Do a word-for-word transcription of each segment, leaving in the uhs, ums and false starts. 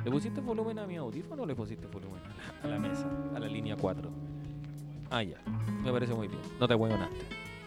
¿Le pusiste volumen a mi audífono o le pusiste volumen a la, a la mesa, a la línea cuatro? Ah, ya. Me parece muy bien. No te huevonaste.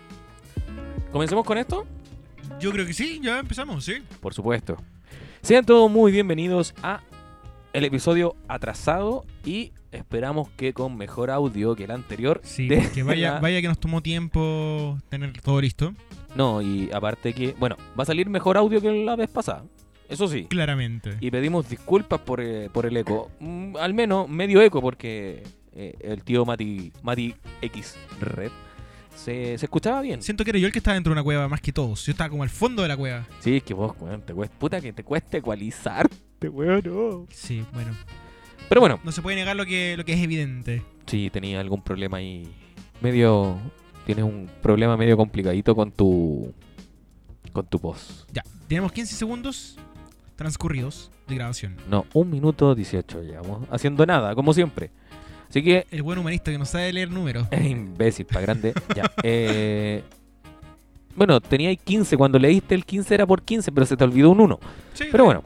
¿Comencemos con esto? Yo creo que sí, ya empezamos, sí. Por supuesto. Sean todos muy bienvenidos a el episodio atrasado y esperamos que con mejor audio que el anterior. Sí, de que vaya, la- vaya que nos tomó tiempo tener todo listo. No, y aparte que, bueno, va a salir mejor audio que la vez pasada. Eso sí. Claramente. Y pedimos disculpas por, eh, por el eco. Mm, al menos medio eco porque eh, el tío Mati, Mati X Red se, se escuchaba bien. Siento que era yo el que estaba dentro de una cueva más que todos. Yo estaba como al fondo de la cueva. Sí, es que vos, weón, te cuesta, puta que te cuesta ecualizarte, weón, no. Sí, bueno. Pero bueno, No se puede negar lo que, lo que es evidente. sí, tenía algún problema ahí. Medio. Tienes un problema medio complicadito con tu. Con tu voz. Ya, tenemos quince segundos transcurridos de grabación. No, un minuto dieciocho llevamos. Haciendo nada, como siempre. Así que. El buen humanista que no sabe leer números. Es imbécil, pa' grande. Ya. Eh, bueno, teníais quince. Cuando leíste el quince era por quince, pero se te olvidó un uno. Sí, Pero bueno.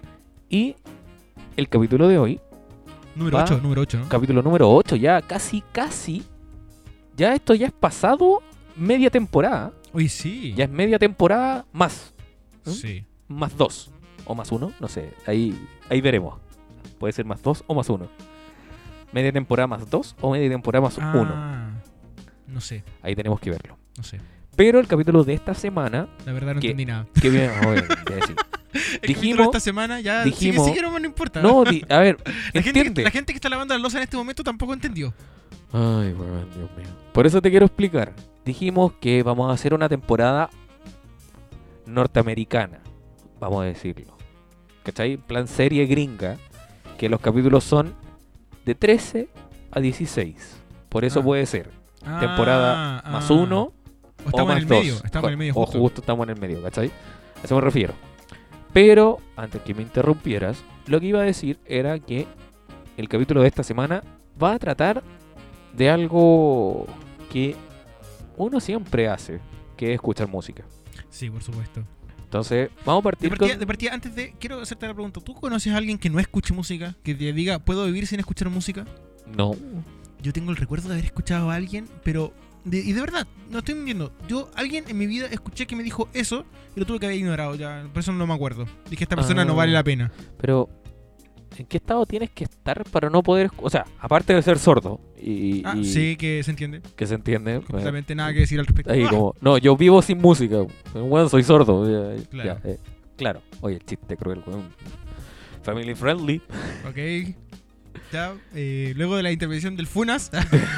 Y el capítulo de hoy, Número va- ocho, número ocho, ¿no? capítulo número ocho, ya casi, casi. Ya esto ya es pasado media temporada. Uy, sí. Ya es media temporada más. ¿Mm? Sí. Más dos. O más uno, no sé. Ahí, ahí veremos. Puede ser más dos o más uno. Media temporada más dos o media temporada más uno. Ah, no sé, Ahí tenemos que verlo. no sé. Pero el capítulo de esta semana, La verdad no ¿Qué? entendí nada. que bien, oye, ya decir. El Dijimos- capítulo de esta semana ya dijimos- sí, que sí que no, no importa. No, di- a ver, la, gente, entiende. la gente que está lavando la losa en este momento tampoco entendió. Ay, weón, Dios mío. Por eso te quiero explicar. Dijimos que vamos a hacer una temporada norteamericana, vamos a decirlo. ¿Cachai? En plan serie gringa, que los capítulos son de trece a dieciséis. Por eso Ah. puede ser temporada Ah, más ah. uno O o estamos más en el dos. medio. Estamos en el medio o justo. justo estamos en el medio, ¿cachai? A eso me refiero. Pero, antes que me interrumpieras, lo que iba a decir era que el capítulo de esta semana va a tratar de algo que uno siempre hace, que es escuchar música. Sí, por supuesto. Entonces, vamos a De partir partida, con... de partida, antes de... Quiero hacerte la pregunta. ¿Tú conoces a alguien que no escuche música? Que te diga, ¿puedo vivir sin escuchar música? No. Yo tengo el recuerdo de haber escuchado a alguien, pero... de- y de verdad, no estoy mintiendo. Yo, alguien en mi vida escuché que me dijo eso y lo tuve que haber ignorado. Ya, por eso no me acuerdo. Dije, esta persona Ah. no vale la pena. Pero, ¿en qué estado tienes que estar para no poder... escu- O sea, aparte de ser sordo y, Ah, y sí, que se entiende. que se entiende... Completamente nada que decir al respecto. Ahí Ah, como, no, yo vivo sin música. Bueno, soy sordo. ya, Claro. ya, eh, claro. Oye, el chiste cruel, weón. Family friendly. Ok. Ya, eh, luego de la intervención del Funas.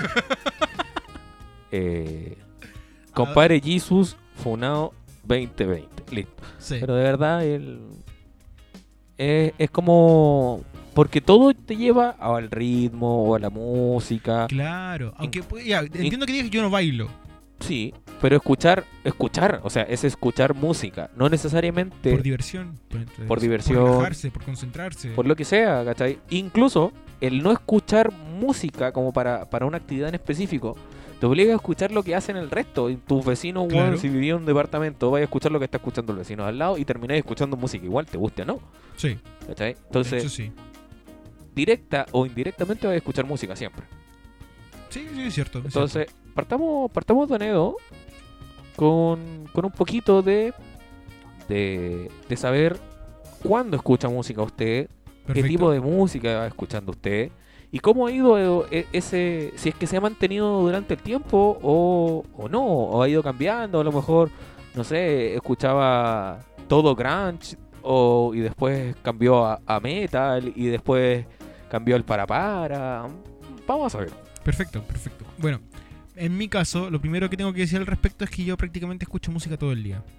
Eh, compadre Jesus Funao veinte veinte. Listo. sí. Pero de verdad, el, es, es como... Porque todo te lleva al ritmo o a la música. Claro. Aunque, pues, ya, entiendo que digas que yo no bailo. Sí, pero escuchar, escuchar, o sea, es escuchar música. No necesariamente... Por diversión. Por, Por diversión. Por relajarse, por concentrarse. por lo que sea, ¿cachai? Incluso el no escuchar música como para, para una actividad en específico te obliga a escuchar lo que hacen el resto. Y tus vecinos, Claro. weón, si vivías en un departamento, vas a escuchar lo que está escuchando el vecino al lado y termináis escuchando música igual, te guste o no, Sí, ¿cachai? de Entonces, hecho sí. directa o indirectamente vas a escuchar música siempre. Sí, sí, es cierto. es Entonces, partamos, partamos de Nedo con, con un poquito de, de, de saber cuándo escucha música usted, cierto. qué Perfecto. tipo de música va escuchando usted y cómo ha ido eh, ese, si es que se ha mantenido durante el tiempo o, o no, o ha ido cambiando, a lo mejor, no sé, escuchaba todo grunge o, y después cambió a, a metal y después cambió al para para. Vamos a ver. Perfecto, perfecto. Bueno, en mi caso, lo primero que tengo que decir al respecto es que yo prácticamente escucho música todo el día.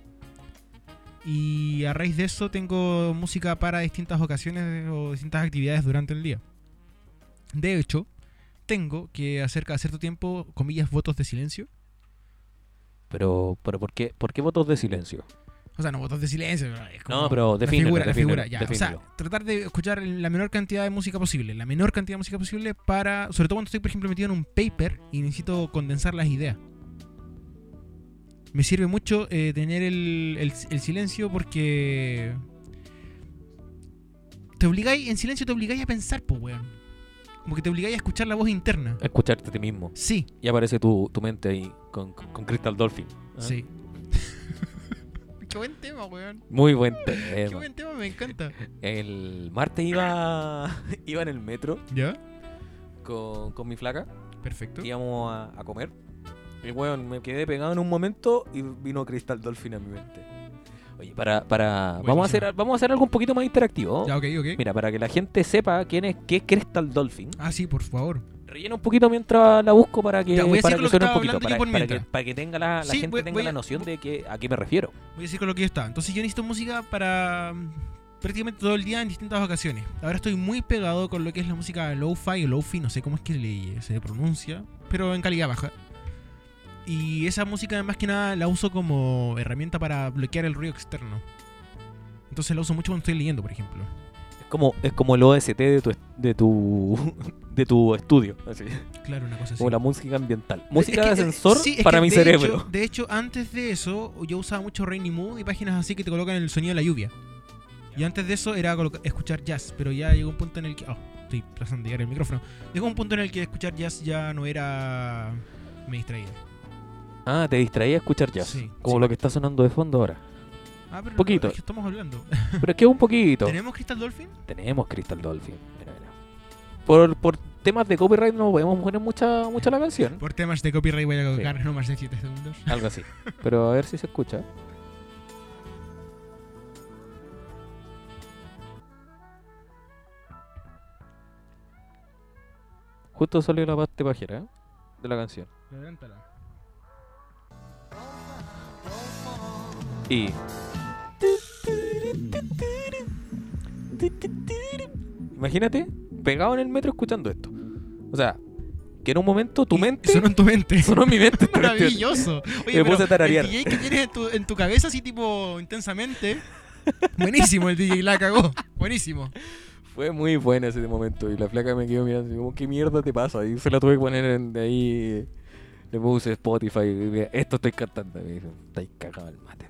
Y a raíz de eso tengo música para distintas ocasiones o distintas actividades durante el día. De hecho, tengo que hacer cada cierto tiempo, comillas, votos de silencio. Pero, pero ¿por qué, por qué votos de silencio? O sea, no votos de silencio, pero es como No, pero la defínelo, figura, la defínelo, figura, ya. O defínelo. sea, tratar de escuchar la menor cantidad de música posible, la menor cantidad de música posible para, sobre todo cuando estoy, por ejemplo, metido en un paper y necesito condensar las ideas. Me sirve mucho eh, tener el, el, el silencio porque te obligáis, en silencio te obligáis a pensar, pues, weón. Como que te obligáis a escuchar la voz interna. Escucharte a ti mismo. Sí. Y aparece tu, tu mente ahí con, con, con Crystal Dolphin. ¿Ah? Sí. Qué buen tema, weón. Muy buen Qué tema. buen tema, me encanta. El martes iba, iba en el metro ¿Ya? con, con mi flaca. Perfecto. Íbamos a, a comer. Y bueno, me quedé pegado en un momento y vino Crystal Dolphin a mi mente. Oye, para, para vamos a hacer vamos a hacer algo un poquito más interactivo. Ya, ok, ok. Mira, para que la gente sepa quién es qué es Crystal Dolphin. Ah, sí, por favor. Rellena un poquito mientras la busco para que, Ya, voy a para decir que lo que suene un estaba poquito, hablando para, yo por para que, mientras. para que tenga la, la Sí, gente voy- tenga voy la a- noción de que, a qué me refiero. Voy a decir con lo que yo estaba. Entonces yo necesito música para mm, prácticamente todo el día en distintas ocasiones. Ahora estoy muy pegado con lo que es la música lo-fi o lo-fi, no sé cómo es que le- se pronuncia, pero en calidad baja. Y esa música más que nada la uso como herramienta para bloquear el ruido externo. Entonces la uso mucho cuando estoy leyendo, por ejemplo. Es como es como el O S T de tu de tu de tu estudio, así. Claro, una cosa así. Como la música ambiental. Música Es de que, eh, ascensor sí, es para que mi de cerebro. Hecho, de hecho, antes de eso, yo usaba mucho Rainy Mood y páginas así que te colocan el sonido de la lluvia. Y antes de eso era coloca- escuchar jazz, pero ya llegó un punto en el que... Oh, estoy tratando de llegar el micrófono. Llegó un punto en el que escuchar jazz ya no era... Me distraía. Ah, te distraía a escuchar jazz. Sí, como sí. lo que está sonando de fondo ahora. Ah, pero Poquito. es que estamos hablando. Pero es que un poquito. ¿Tenemos Crystal Dolphin? Tenemos Crystal Dolphin. Mira, mira. Por, por temas de copyright no podemos poner mucha, mucha la canción. Por temas de copyright voy a colocar no más de siete segundos. Algo así. Pero a ver si se escucha. Justo salió la parte pajera, ¿eh? De la canción. Adelántala. Y... Imagínate, pegado en el metro escuchando esto. O sea, que en un momento tu Y mente... sonó en tu mente. Sonó en mi mente. esta cuestión. Maravilloso. Oye, Me pero puse a tararear. el D J que tienes en tu, en tu cabeza así tipo intensamente. Buenísimo el D J, la cagó. Buenísimo. Fue muy buena ese momento y la flaca me quedó mirando así como, ¿qué mierda te pasa? Y se la tuve que poner en, de ahí, le puse Spotify y mira, esto estoy cantando. Y me dijo, estáis cagado el mate.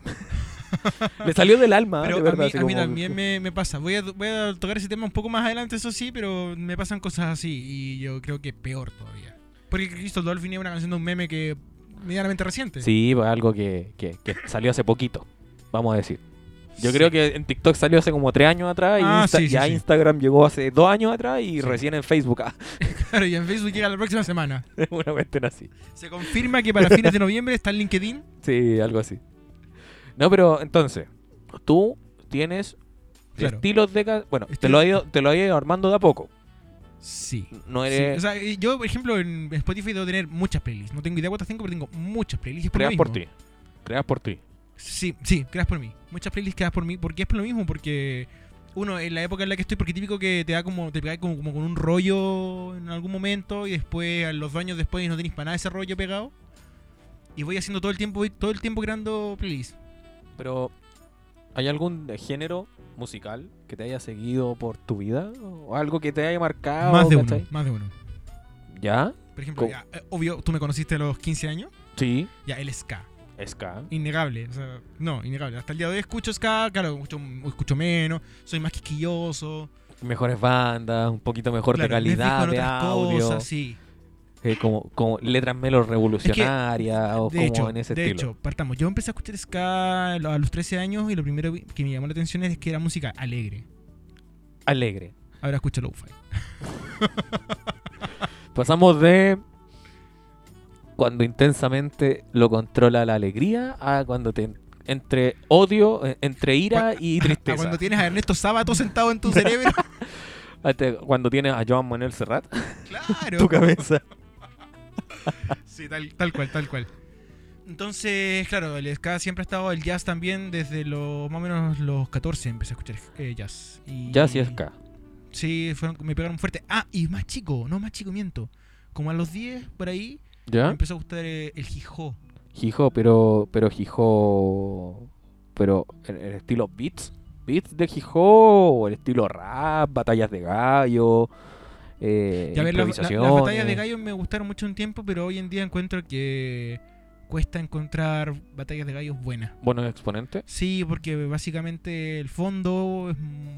Le salió del alma, Pero de verdad. a mí, así a mí como- también me, me pasa. Voy a, voy a tocar ese tema un poco más adelante, eso sí, pero me pasan cosas así y yo creo que peor todavía. Porque Crystal Dolphin es una canción de un meme que medianamente reciente. Sí, pues, algo que, que, que salió hace poquito, vamos a decir. Yo Sí. creo que en TikTok salió hace como tres años atrás y Ah, Insta- sí, sí, ya sí. Instagram llegó hace dos años atrás y Sí. recién en Facebook. Ah, Claro, y en Facebook llega la próxima semana. una cuestión así. Se confirma que para fines de noviembre está en LinkedIn. Sí, algo así. No, pero entonces, tú tienes Claro. estilos de... ca- Bueno, te Estilo- lo, has ido, te lo has ido armando de a poco. Sí. No Sí, eres... o sea, yo, por ejemplo, en Spotify debo tener muchas playlists. No tengo idea cuántas tengo, pero tengo muchas playlists. Por lo creas por mismo. ti. Creas por ti. Sí, sí, creas por mí. Muchas playlists creas por mí. Porque es por lo mismo, porque uno, en la época en la que estoy, porque típico que te da como, te pegáis como, como con un rollo en algún momento y después, a los dos años después, no tenéis para nada ese rollo pegado. Y voy haciendo todo el tiempo, voy todo el tiempo creando playlists. Pero, ¿hay algún género musical que te haya seguido por tu vida? ¿O algo que te haya marcado? Más de ¿cachai? uno, más de uno. ¿Ya? Por ejemplo, Co- ya, eh, obvio, tú me conociste a los quince años. Sí. Ya, el ska. Ska. Innegable, o sea, no, innegable. Hasta el día de hoy escucho ska, claro, escucho, escucho menos, soy más quisquilloso. Mejores bandas, un poquito mejor claro, de me fijo calidad en de otras audio. cosas, sí. eh, como, como letras menos revolucionarias o De como hecho, en ese de estilo. hecho, partamos. Yo empecé a escuchar ska a los trece años y lo primero que me llamó la atención es que era música alegre. Alegre. Ahora escucho lo-fi. Pasamos de cuando intensamente lo controla la alegría a cuando te entre odio, eh, entre ira y A tristeza. cuando tienes a Ernesto Sábato sentado en tu cerebro. Hasta cuando tienes a Joan Manuel Serrat Claro. tu cabeza. Sí, tal, tal cual, tal cual. Entonces, claro, el ska siempre ha estado, el jazz también, desde los más o menos los catorce empecé a escuchar eh, jazz. Y, Jazz y ska. Sí, fueron, me pegaron fuerte. Ah, y más chico, no más chico, miento. Como a los diez, por ahí, me ¿Ya? empezó a gustar eh, el hip-hop. Hijo, pero pero hijo, pero en el estilo beats, beats de hijo o el estilo rap, batallas de gallo, eh, Y a ver, las, la- improvisaciones. las batallas de gallos me gustaron mucho un tiempo, pero hoy en día encuentro que cuesta encontrar batallas de gallos buenas. Buenos exponentes. Sí, porque básicamente el fondo es- no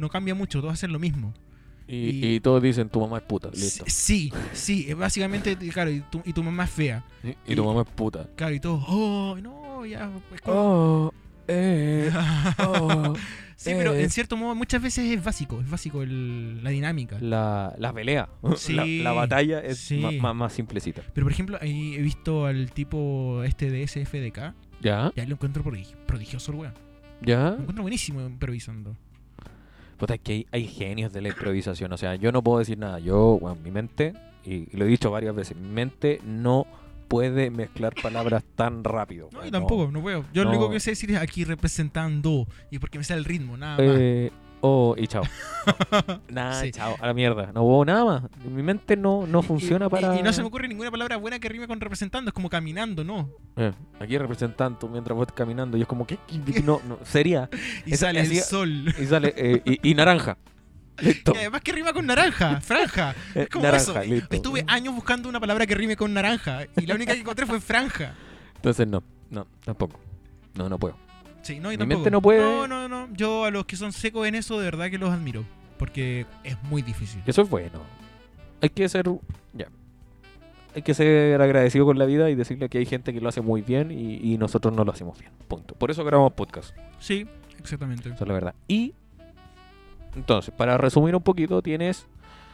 no cambia mucho, todos hacen lo mismo. Y, Y- y todos dicen tu mamá es puta. Listo. Sí, sí, es básicamente, claro, y tu, y tu mamá es fea. Y, y tu mamá es puta. Claro, y todo, oh, no, ya. Es como... Oh, eh, oh. Sí, pero eh. en cierto modo muchas veces es básico, es básico el- la dinámica. La, la pelea. Sí, la, la batalla es sí. ma- ma- más simplecita. Pero por ejemplo, ahí he visto al tipo este de S F D K, ¿Ya? ya lo encuentro prodig- prodigioso el weón. ¿Ya? Lo encuentro buenísimo improvisando. Puta, es que hay, hay genios de la improvisación. O sea, yo no puedo decir nada. Yo, bueno, mi mente, y, y lo he dicho varias veces, mi mente no puede mezclar palabras tan rápido. No, weón, yo tampoco, no puedo. Yo lo no. único que sé decir es aquí representando, y porque me sale el ritmo, nada más. Eh, oh, y chao. No, nada, Sí. chao, a la mierda. No hubo nada más. Mi mente no, no Y- funciona y, para... Y, y no se me ocurre ninguna palabra buena que rime con representando, es como caminando, ¿no? Eh, aquí representando mientras voy caminando. Y es como, ¿qué? ¿Qué? No, no, sería. Y Esa- sale el hacía- sol. Y sale, eh, y, y naranja. Listo. Y además que rima con naranja, franja. Eh, Es como naranja, eso. listo. Estuve años buscando una palabra que rime con naranja y la única que encontré fue franja. Entonces no, no, tampoco. No, no puedo. Sí, no, y Mi tampoco. mente no puede- No, no, no. Yo a los que son secos en eso, de verdad que los admiro. Porque es muy difícil. Eso es bueno. Hay que ser, ya. Hay que ser agradecido con la vida y decirle que hay gente que lo hace muy bien y, y nosotros no lo hacemos bien. Punto. Por eso grabamos podcast. Sí, exactamente. Esa es la verdad. Y entonces, para resumir un poquito, tienes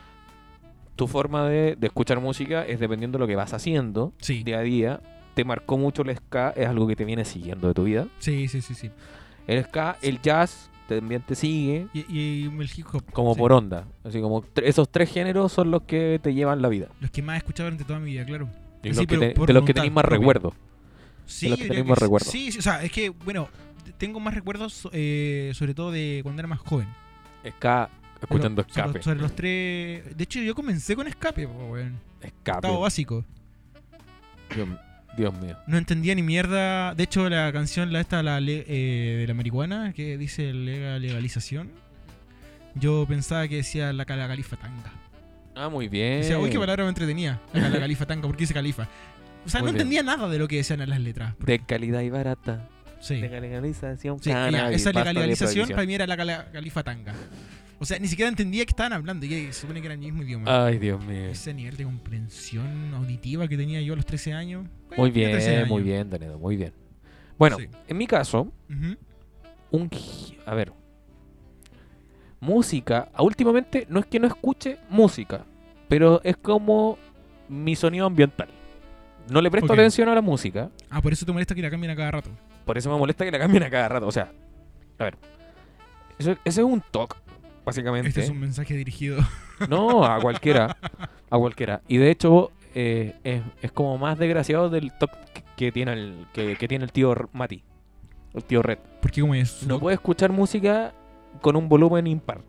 tu forma de, de escuchar música es dependiendo de lo que vas haciendo Sí, día a día. Te marcó mucho el ska, es algo que te viene siguiendo de tu vida. sí, sí, sí, sí. El ska, el jazz también te sigue Y, y el hip hop. como sí. por onda. Así como tre- esos tres géneros son los que te llevan la vida. Los que más he escuchado durante toda mi vida, claro. Y Sí, los que pero te- por de los que voluntad tenéis más propia. recuerdos. Sí, los que yo tenéis creo más sí. recuerdos. Sí, sí, o sea, es que, bueno, tengo más recuerdos eh, sobre todo de cuando era más joven. Ska, escuchando Pero sobre- escape. Sobre los tres... De hecho, yo comencé con escape, po, weón. Escape. Octavo básico. Dios, Dios mío. No entendía ni mierda. De hecho, la canción, la esta, la le- eh, de la marihuana, que dice lega- legalización, yo pensaba que decía la, la califa tanga. Ah, muy bien. Decía, uy, qué palabra me entretenía. La, la califa tanga, ¿por qué dice califa? O sea, Muy no bien. entendía nada de lo que decían en las letras. De calidad y barata. Sí. De legalización. Sí, ya, cannabis, esa basta de legalización prohibición. para mí era la cala- califa tanga. O sea, ni siquiera entendía que estaban hablando. Y se supone que era el mismo idioma. Ay, Dios mío. Ese nivel de comprensión auditiva que tenía yo a los trece años. Bueno, Muy tenía trece bien, años. muy bien, Danedo, muy bien. Bueno, Sí. en mi caso, Ujú. un... gi- A ver. Música. ah, Últimamente no es que no escuche música, pero es como mi sonido ambiental. No le presto Ok. atención a la música. Ah, por eso te molesta que la cambien a cada rato. Por eso me molesta que la cambien a cada rato. O sea, a ver. Eso, ese es un toque, básicamente. Este es un mensaje dirigido. No, a cualquiera. A cualquiera. Y de hecho, eh, es, es como más desgraciado del toque que, que tiene el, que, que tiene el tío R- Mati. El tío Red. ¿Por qué como es? No puede escuchar música con un volumen impar.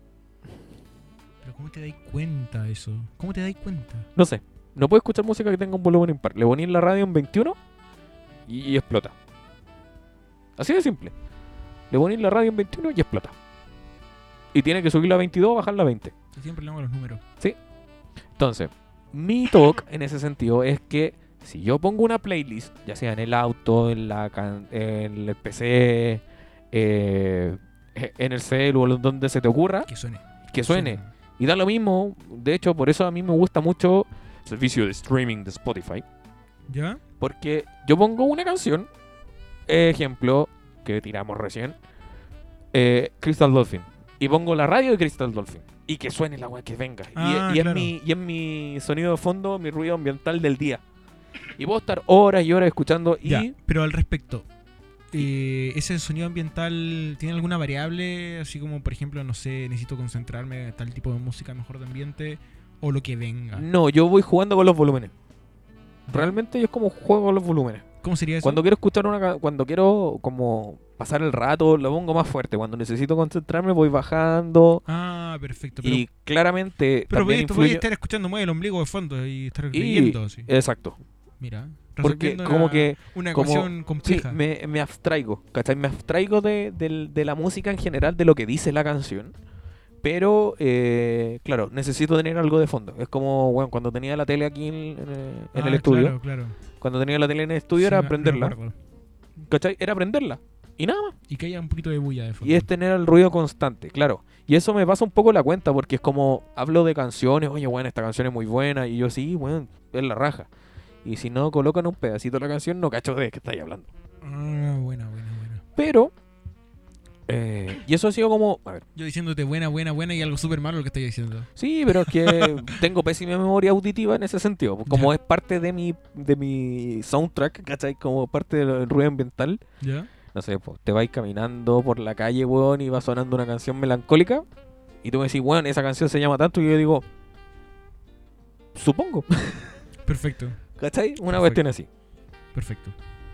Pero ¿cómo te dais cuenta de eso? ¿Cómo te dais cuenta? No sé. No puede escuchar música que tenga un volumen impar. Le poní la radio en veintiuno y, y explota. Así de simple. Le poní la radio en veintiuno y explota. Y tiene que subirla a veintidós o bajarla a veinte. Yo siempre le hago los números. Entonces, mi talk en ese sentido es que si yo pongo una playlist, ya sea en el auto, en, la can- en el P C, eh, en el cel o donde se te ocurra, Que suene. que suene. Y da lo mismo. De hecho, por eso a mí me gusta mucho el servicio de streaming de Spotify. ¿Ya? Porque yo pongo una canción, ejemplo, que tiramos recién, eh, Crystal Dolphin. Y pongo la radio de Crystal Dolphin. Y que suene la weá que venga. Y- Ah, y, claro. es mi, y es mi sonido de fondo, mi ruido ambiental del día. Y puedo estar horas y horas escuchando y... Ya, pero al respecto, eh, ¿ese sonido ambiental tiene alguna variable? Así como, por ejemplo, no sé, necesito concentrarme en tal tipo de música mejor de ambiente o lo que venga. No, yo voy jugando con los volúmenes. Realmente yo es como juego con los volúmenes. ¿Cómo sería eso? Cuando quiero escuchar una ca- cuando quiero como pasar el rato, lo pongo más fuerte. Cuando necesito concentrarme voy bajando. Ah, perfecto. Pero, Y claramente pero también voy, voy a influye... estar escuchando muy el ombligo de fondo y estar Y- leyendo así. Exacto. Mira, Porque resolviendo como una- que... una como- ecuación Sí, compleja. me, me abstraigo, ¿cachai? Me abstraigo de, del- de la música en general, de lo que dice la canción. Pero, eh, claro, necesito tener algo de fondo. Es como, bueno, cuando tenía la tele aquí en, en, eh, en Ah, el estudio. Claro, claro. Cuando tenía la tele en el estudio Sí, era me- me prenderla. acuerdo. ¿Cachai? Era prenderla. Y nada más. Y que haya un poquito de bulla de fondo. Y es tener el ruido constante, claro. Y eso me pasa un poco la cuenta, porque es como, hablo de canciones, oye, bueno, esta canción es muy buena, y yo sí, bueno, es la raja. Y si no colocan un pedacito de la canción, no cacho de qué estáis hablando. Ah, buena, buena, buena. Pero, eh, y eso ha sido como, a ver, Yo diciéndote buena, buena, buena y algo súper malo lo que estoy diciendo. sí, pero es que tengo pésima memoria auditiva en ese sentido. Como Ya. es parte de mi, de mi soundtrack, ¿cachai? Como parte del ruido ambiental. ¿Ya? No sé, pues, te vais caminando por la calle, weón, y va sonando una canción melancólica. Y tú me decís, weón, esa canción se llama tanto. Y yo digo, supongo. Perfecto, ¿Cachai? Una Perfecto. cuestión así. perfecto.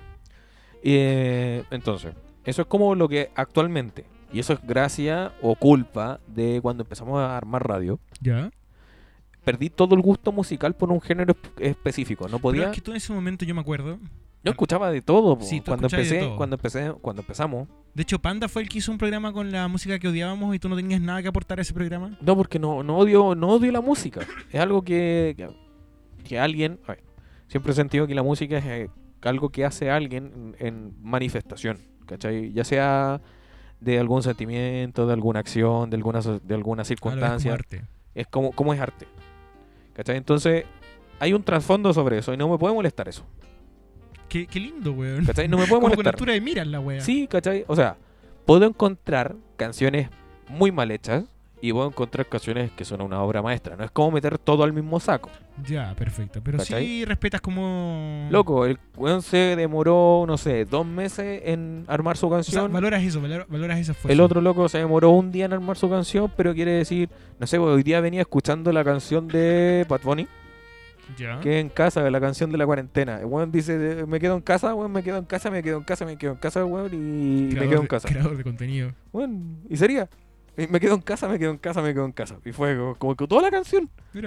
Eh, entonces, eso es como lo que actualmente. Y eso es gracia o culpa de cuando empezamos a armar radio. ¿Ya? Perdí todo el gusto musical por un género esp- específico. No Pero podía. es que tú en ese momento yo me acuerdo. Yo escuchaba de todo. Po. Sí, tú cuando escuchabas de empecé, todo. cuando empecé, cuando empezamos. De hecho, Panda fue el que hizo un programa con la música que odiábamos y tú no tenías nada que aportar a ese programa. No, porque no, no odio, no odio la música. Es algo que, que, que alguien. A ver, siempre he sentido que la música es eh, algo que hace alguien en, en manifestación. ¿Cachai? Ya sea de algún sentimiento, de alguna acción, de alguna, so- de alguna Ah, lo ves circunstancia. como arte. Es como, como es arte. ¿Cachai? Entonces, hay un trasfondo sobre eso y no me puede molestar eso. Qué, qué lindo, weón. ¿Cachai? No me puede Como con molestar. altura de miras la wea. Sí, ¿cachai? O sea, puedo encontrar canciones muy mal hechas y puedo encontrar canciones que son una obra maestra. No es como meter todo al mismo saco. Ya, perfecto. Pero ¿Cachai? sí respetas como... Loco, el weón se demoró, no sé, dos meses en armar su O sea, canción. valoras eso, valor- valoras ese esfuerzo. El otro loco se demoró un día en armar su canción, pero quiere decir, no sé, hoy día venía escuchando la canción de Bad Bunny, Ya. que en casa, la canción de la cuarentena. El weón dice, me quedo en casa, weón, me quedo en casa, me quedo en casa, me quedo en casa, weón, y me Creador quedo en de- casa. Creador de contenido. Bueno, y sería. Y me quedo en casa, me quedo en casa, me quedo en casa. Y fue como, como que toda la canción, Mira.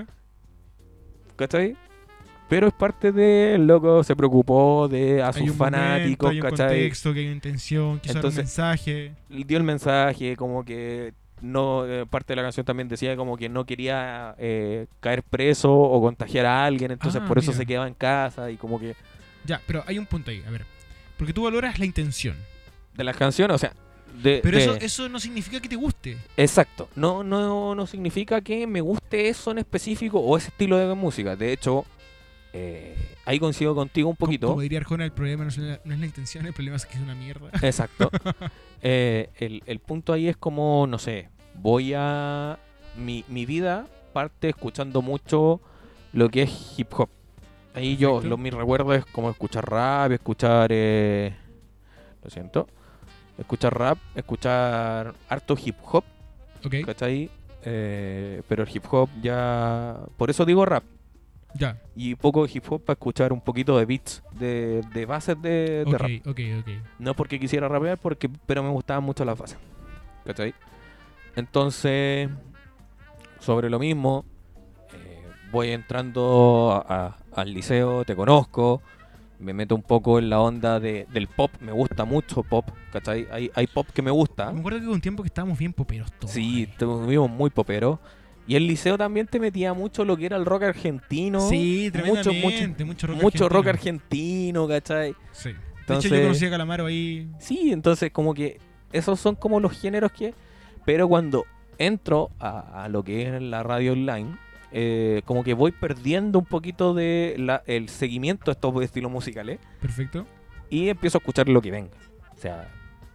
¿cachai? Pero es parte de, el loco se preocupó de a Hay sus un fanáticos, momento, hay un ¿cachai? contexto, que hay una intención, quiso dar un Entonces- mensaje. Dio el mensaje, como que no, eh, parte de la canción también decía como que no quería eh, caer preso o contagiar a alguien, entonces Ah, por eso mira. se quedaba en casa y como que Ya, pero hay un punto ahí, a ver. Porque tú valoras la intención. de las canciones, o sea, de, Pero de- eso, eso no significa que te guste. exacto, no, no, no significa que me guste eso en específico o ese estilo de música. De hecho, eh, ahí coincido contigo un Como- poquito. Como diría Arjona, el problema no es, la, no es la intención, el problema es que es una mierda. Exacto. Eh, el, el punto ahí es como, no sé, voy a... Mi, mi vida parte escuchando mucho lo que es hip hop. Ahí yo, Perfecto. lo, mi recuerdo es como escuchar rap, escuchar... eh, lo siento. Escuchar rap, escuchar harto hip hop, ¿Ok? ¿cachai? Eh, pero el hip hop ya... Por eso digo rap. Ya. Y poco hip hop para escuchar un poquito de beats, de, de bases de, de Ok, rap. ok, ok. No porque quisiera rapear, porque, pero me gustaban mucho las bases. ¿Cachai? Entonces, sobre lo mismo, eh, voy entrando a- a- al liceo, te conozco, me meto un poco en la onda de, del pop, me gusta mucho pop, ¿cachai? Hay, hay pop que me gusta. Me acuerdo que hubo un tiempo que estábamos bien poperos todos. Sí, ahí. estuvimos muy poperos. Y el liceo también te metía mucho lo que era el rock argentino. Sí, mucho, tremendamente. mucho, mucho rock mucho argentino. rock argentino, ¿cachai? Sí. De Entonces, hecho, yo conocí a Calamaro ahí. sí, entonces como que esos son como los géneros que... Pero cuando entro a, a lo que es la radio online, eh, como que voy perdiendo un poquito de la, el seguimiento a estos estilos musicales Perfecto. y empiezo a escuchar lo que venga. O sea,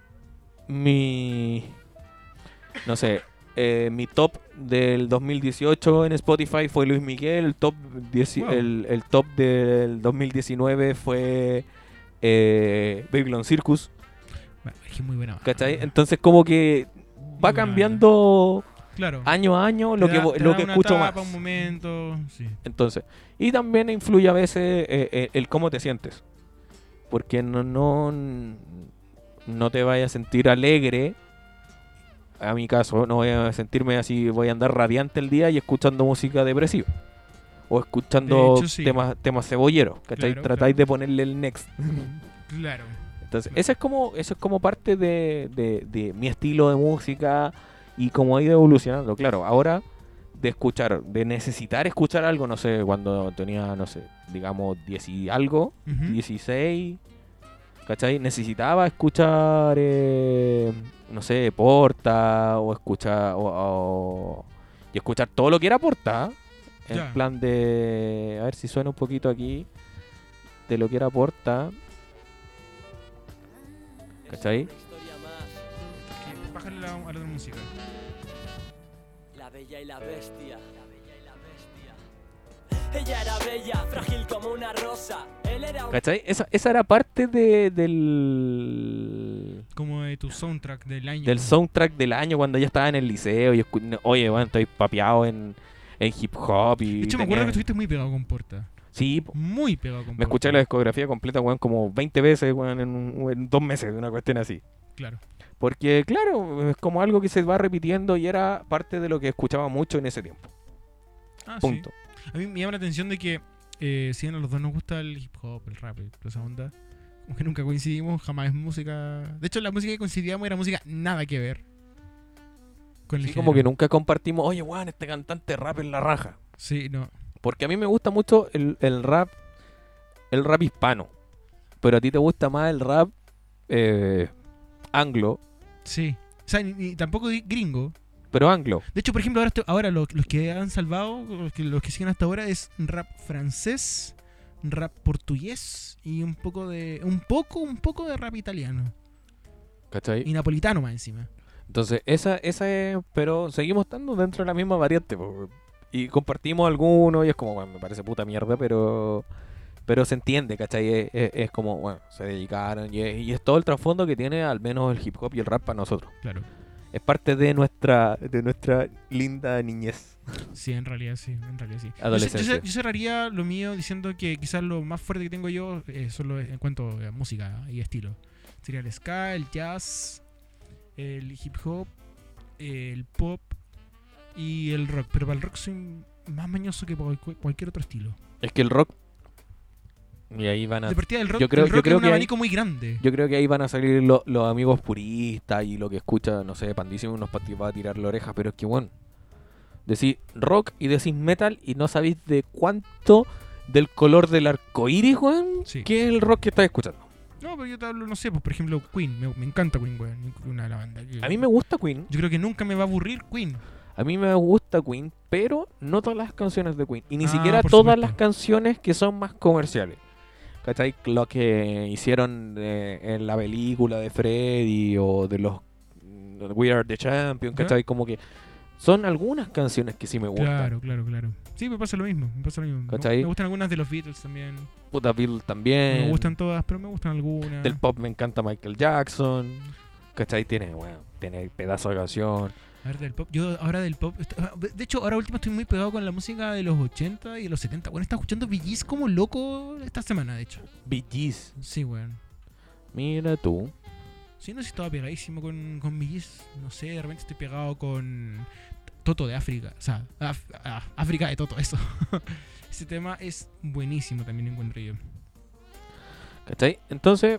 mi... No sé, eh, mi top del dos mil dieciocho en Spotify fue Luis Miguel, el top, diez, Wow. el, el top del dos mil diecinueve fue eh, Babylon Circus. Bueno, es que es muy buena. banda. ¿Cachai? Entonces como que va buena. cambiando Claro. año a año lo Te que, da- vo- te lo da que una escucho etapa, más. un momento. Sí. Entonces, y también influye a veces eh, eh, el cómo te sientes. Porque no, no, no te vayas a sentir alegre. A mi caso, no voy a sentirme así, voy a andar radiante el día y escuchando música depresiva. O escuchando De hecho, sí. temas, temas cebolleros, ¿cachai? Claro, Tratáis claro. de ponerle el next. Claro. Entonces, ese es como, eso es como parte de, de, de mi estilo de música y cómo ha ido evolucionando. Claro, ahora de escuchar, de necesitar escuchar algo, no sé, cuando tenía, no sé, digamos, diez y algo, Ujú. dieciséis, ¿Cachai? Necesitaba escuchar, eh, no sé, Porta o escuchar o, o- y escuchar todo lo que era Porta. En Ya. plan de, a ver si suena un poquito aquí de lo que era Porta. ¿Cachai? Que- Bájale la, a la otra música. La bella y la bestia. La bella y la bestia. Ella era bella, frágil como una rosa. Él era un... ¿Cachai? Esa, esa era parte de, del Como de tu soundtrack del año. del soundtrack del año cuando ya estaba en el liceo y escu- oye, bueno, estoy papeado en, en hip hop y De hecho, me tenía- acuerdo que estuviste muy pegado con Porta. Sí, po. Muy pegado con Me escuché Porta. la discografía completa, weón, como veinte veces, weón, en, un- en dos meses, una cuestión así. Claro. Porque, claro, es como algo que se va repitiendo y era parte de lo que escuchaba mucho en ese tiempo. Ah, Punto. sí. A mí me llama la atención de que, eh, si bien a los dos nos gusta el hip hop, el rap y toda esa onda, como que nunca coincidimos, jamás es música. De hecho, la música que coincidíamos era música nada que ver con el Sí, como que género. nunca compartimos, oye, weón, este cantante rap en la raja. Sí, no. Porque a mí me gusta mucho el, el rap, el rap hispano. Pero a ti te gusta más el rap eh, anglo, Sí. O sea, ni, ni tampoco di- gringo. pero anglo. De hecho, por ejemplo, ahora, esto- ahora lo- los que han salvado, los que, los que siguen hasta ahora, es rap francés, rap portugués y un poco de. Un poco, un poco de rap italiano. ¿Cachai? Y napolitano más encima. Entonces, esa, esa es. Pero seguimos estando dentro de la misma variante. po. Y compartimos algunos y es como, bueno, me parece puta mierda, pero. Pero se entiende, ¿cachai? Es, es- es como, bueno, se dedicaron y es, y es todo el trasfondo que tiene al menos el hip hop y el rap para nosotros. Claro. Es parte de nuestra, de nuestra linda niñez. Sí, en realidad sí, en realidad sí. Yo, ce- yo, Adolescencia. ce- yo cerraría lo mío diciendo que quizás lo más fuerte que tengo yo eh, solo en cuanto a música y estilo. Sería el ska, el jazz, el hip hop, el pop y el rock. Pero para el rock soy más mañoso que para cual- cualquier otro estilo. Es que el rock. Y ahí van a. De partida del rock, yo creo- el yo rock creo es un que hay- abanico muy grande. Yo creo que ahí van a salir lo- los amigos puristas y lo que escucha, no sé, Pandísimo nos pa- va a tirar la oreja, pero es que, bueno, decís rock y decís metal y no sabéis de cuánto del color del arco iris, weón, Sí. que es el rock que estás escuchando. No, pero yo te hablo, no sé, pues por ejemplo Queen. Me, me encanta Queen, weón. Una de las bandas que- A mí me gusta Queen, Yo creo que nunca me va a aburrir Queen. a mí me gusta Queen, pero no todas las canciones de Queen. Y ni Ah, siquiera por todas supuesto. las canciones que son más comerciales. ¿Cachai? Lo que hicieron eh, en la película de Freddy o de los mm, We Are the Champions, ¿Ya? ¿cachai? Como que son algunas canciones que sí me gustan. Claro, claro, claro. Sí, me pasa lo mismo. Me pasa lo mismo. ¿Cachai? Me gustan algunas de los Beatles también. Puta Bill No también. me gustan todas, pero me gustan algunas. Del pop me encanta Michael Jackson. ¿Cachai? Tiene, bueno, tiene pedazo de canción. A ver, del pop. Yo ahora del pop. est- De hecho, ahora último estoy muy pegado con la música de los ochenta y de los setenta. Bueno, estaba escuchando Bee Gees como loco esta semana, de hecho. Bee Gees. Sí, weón. Mira tú. Sí, no sé si estaba pegadísimo con, con Bee Gees. No sé, de repente estoy pegado con Toto de África. O sea, Af- ah, África de Toto, eso. Ese tema es buenísimo también, encuentro yo. ¿Cachai? Entonces,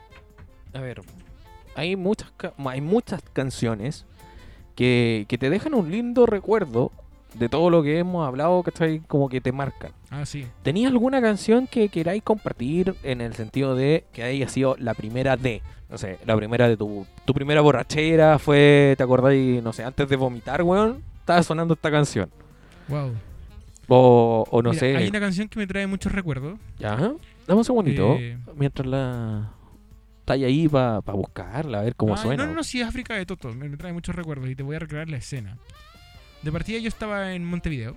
a ver, hay muchas, ca- hay muchas canciones que, que te dejan un lindo recuerdo de todo lo que hemos hablado, ¿cachai? Como que te marcan. Ah, sí. ¿Tenías alguna canción que queráis compartir en el sentido de que haya sido la primera de, no sé, la primera de tu, tu primera borrachera fue, ¿te acordáis? No sé, antes de vomitar, weón, estaba sonando esta canción. Wow. O, o no Mira, sé. hay una canción que me trae muchos recuerdos. Ya, dame un segundito. Eh, Mientras la... Está ahí para buscarla, a ver cómo Ah, suena. No, no, no, sí, es África de Toto. Me, me trae muchos recuerdos y te voy a recrear la escena. De partida yo estaba en Montevideo.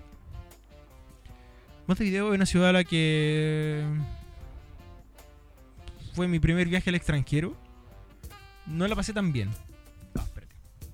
Montevideo es una ciudad a la que fue mi primer viaje al extranjero. No la pasé tan bien. Ah, espérate.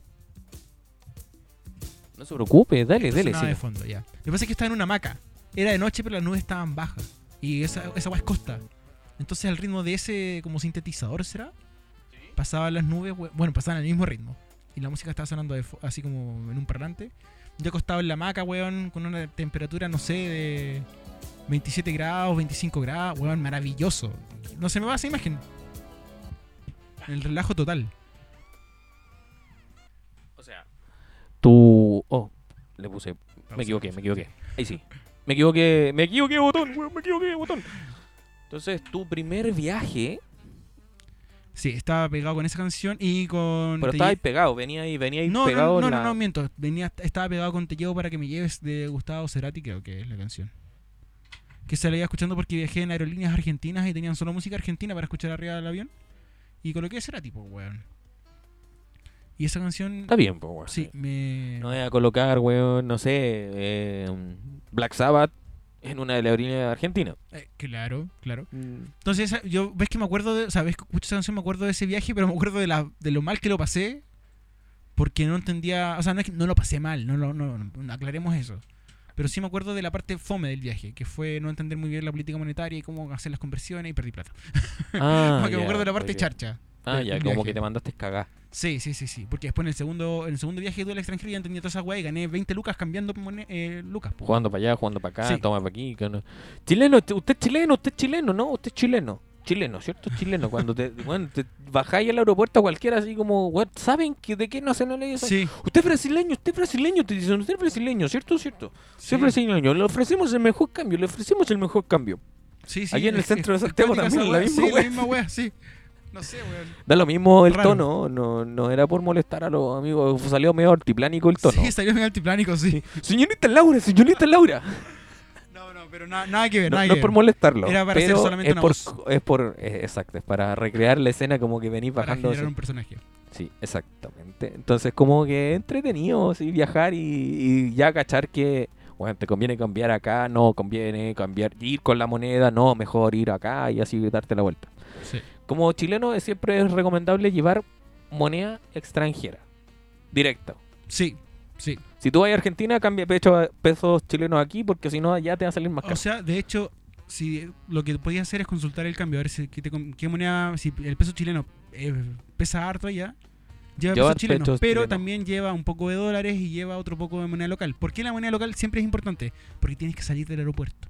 No se preocupe, dale, Esto dale. sonaba de Sí. fondo, ya. Lo que pasa es que estaba en una hamaca. Era de noche, pero las nubes estaban bajas. Y esa, esa agua es costa. Entonces al ritmo de ese como sintetizador, ¿será? Pasaban las nubes, we- bueno, pasaban al mismo ritmo. Y la música estaba sonando de fo- así como en un parlante. Yo acostado en la hamaca, weón, con una temperatura, no sé, de veintisiete grados, veinticinco grados, weón, maravilloso. No se me va esa imagen. El relajo total. O sea, tú... Oh, le puse... Me equivoqué, me equivoqué. Ahí sí. Me equivoqué, me equivoqué, botón, weón, me equivoqué, botón. Entonces, tu primer viaje Sí, estaba pegado con esa canción y con... Pero Te estaba ahí lle- pegado, venía ahí, venía ahí no, pegado no, no, en no, la... no, miento. Venía, estaba pegado con Te llevo para que me lleves de Gustavo Cerati, creo que es la canción. Que se la iba escuchando porque viajé en aerolíneas argentinas y tenían solo música argentina para escuchar arriba del avión. Y coloqué Cerati, pues, weón. Y esa canción... Está bien, pues, weón. Sí, me... No voy a colocar, weón, no sé, eh, Black Sabbath en una de las aerolíneas argentinas. Eh, claro, claro. Mm. Entonces, esa- yo ves que me acuerdo de, o sea, ves que escucho esa canción, me acuerdo de ese viaje, pero me acuerdo de la de lo mal que lo pasé, porque no entendía, o sea, no es que no lo pasé mal, no lo no, no, aclaremos eso. Pero sí me acuerdo de la parte fome del viaje, que fue no entender muy bien la política monetaria y cómo hacer las conversiones y perdí plata. Ah, Como que me ya, acuerdo de la parte ok. charcha. Ah, del- ya, del como viaje. que te mandaste cagar. Sí, sí, sí, sí, porque después en el segundo en el segundo viaje del extranjero ya entendí toda esa weá y gané veinte lucas cambiando mone- eh, lucas. po. Jugando para allá, jugando para acá, Sí. toma para aquí. que no. Chileno, usted usted es chileno, usted es chileno, ¿no? Usted es chileno. Chileno, ¿cierto? Chileno. Cuando te, bueno, te bajáis al aeropuerto a cualquiera así como, weón, ¿saben que de qué nacionalidad son? Sí, Usted es brasileño, usted es brasileño, te dicen, usted es brasileño, ¿cierto? ¿Cierto? sí, Usted es brasileño, le ofrecemos el mejor cambio, le ofrecemos el mejor cambio. sí, sí, Aquí en el es- centro de es- Santiago es cuática también, esa la weá. misma Sí, weá. la misma weá, sí. No sé, weón. Da lo mismo el Raro. tono, no, no era por molestar a los amigos, salió medio altiplánico el tono. Sí, salió en altiplánico, sí. Señorita Laura, señorita Laura. No, no, pero na- nada que ver, No, nada no que es por ver. molestarlo. Era para hacer pero solamente es una por, voz. Es por, eh, exacto, es para recrear la escena como que venís Para bajando. generar así. un personaje. Sí, exactamente. Entonces, como que entretenido, así, viajar y, y ya cachar que, bueno, te conviene cambiar acá, no conviene cambiar, ir con la moneda, no, mejor ir acá y así darte la vuelta. Sí. Como chileno, es- siempre es recomendable llevar moneda extranjera, directa. Sí, sí. Si tú vas a Argentina, cambia pecho- pesos chilenos aquí, porque si no, ya te va a salir más caro. O sea, de hecho, si lo que podías hacer es consultar el cambio, a ver si, qué, te con- qué moneda, si el peso chileno eh, pesa harto allá, lleva Lleva pesos chilenos, pesos pero chilenos. también lleva un poco de dólares y lleva otro poco de moneda local. ¿Por qué la moneda local siempre es importante? Porque tienes que salir del aeropuerto.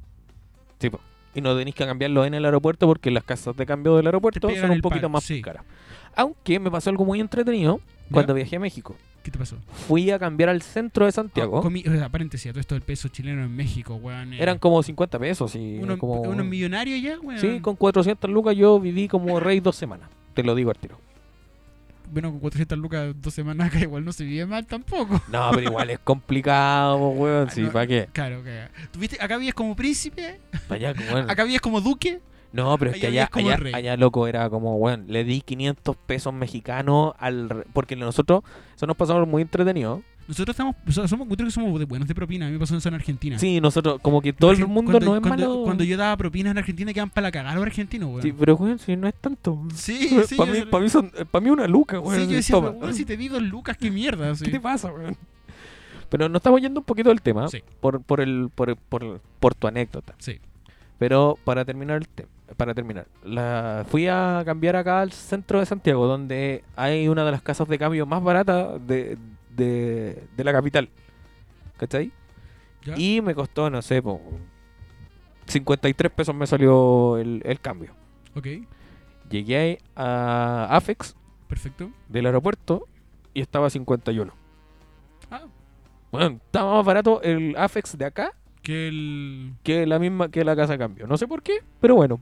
Sí, po. Y no tenéis que cambiarlo en el aeropuerto porque las casas de cambio del aeropuerto Te pegan son un el poquito palo, más sí. caras. Aunque me pasó algo muy entretenido cuando viajé a México. ¿Qué te pasó? Fui a cambiar al centro de Santiago. Ah, comi- o sea, paréntesis, todo esto del peso chileno en México, weón. eh, Eran como cincuenta pesos. Y uno, como... uno millonario ya, weón. Sí, con cuatrocientas lucas yo viví como rey dos semanas. Te lo digo al tiro. Bueno, con cuatrocientas lucas dos semanas acá igual no se vive mal tampoco. No, pero igual es complicado, po, weón. Sí, No, ¿para qué? Claro, que ¿tuviste? Acá vives como príncipe, Pa' allá, weón. acá vives como duque. No, pero es que allá allá, vives como allá, rey. allá, loco, era como, bueno, le di quinientos pesos mexicanos al... re- Porque nosotros, eso nos pasamos muy entretenido. Nosotros estamos, o sea, somos, creo que somos de buenos de propina. A mí me pasó eso en Argentina. Sí, nosotros, como que todo el Porque mundo cuando, no es cuando, malo. Cuando yo daba propinas en Argentina quedan para la cagada los argentinos, weón. Sí, pero weón, si no es tanto. Sí, sí. para yo- mí, pa' mí, son- pa' mí una luca, weón. sí, yo decía, toma. pero, weón, si te di dos lucas, qué mierda. Sí. ¿Qué te pasa, weón? Pero nos estamos yendo un poquito del tema Sí. por, por, el, por, el- por, por tu anécdota. Sí. Pero para terminar el tema, para terminar, la, fui a cambiar acá al centro de Santiago, donde hay una de las casas de cambio más baratas de, de, de la capital. ¿Cachai? ¿Ya? Y me costó, no sé, po, cincuenta y tres pesos me salió el, el cambio. Ok, Llegué a Afex perfecto. del aeropuerto y estaba a cincuenta y uno. Ah, Bueno, estaba más barato el Afex de acá que el... que la misma que la casa de cambio. No sé por qué, pero bueno.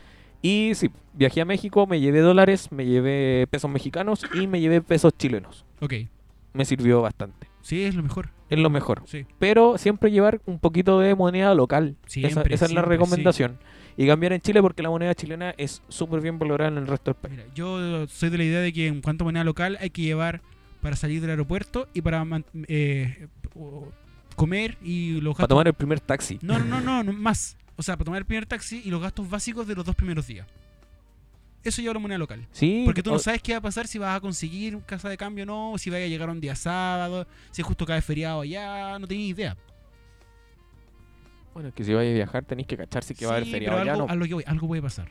Y sí, viajé a México, me llevé dólares, me llevé pesos mexicanos y me llevé pesos chilenos. Ok, Me sirvió bastante. sí, es lo mejor. Es lo mejor. Sí. Pero siempre llevar un poquito de moneda local. Siempre, esa, esa es la siempre, recomendación. Y cambiar en Chile porque la moneda chilena es súper bien valorada en el resto del país. Mira, yo soy de la idea de que en cuanto a moneda local hay que llevar para salir del aeropuerto y para man- eh, o- comer y los Para gastos... tomar el primer taxi. No, no, no, no, no, más. O sea, para tomar el primer taxi y los gastos básicos de los dos primeros días. Eso lleva la moneda local. Sí. Porque tú no o- sabes qué va a pasar, si vas a conseguir casa de cambio o no, si vaya a llegar un día sábado, si justo cae feriado allá, no tenés idea. Bueno, es que si vais a viajar tenéis que cacharse que va a haber Sí, feriado pero ya, algo, ¿no? a lo que voy, algo puede pasar.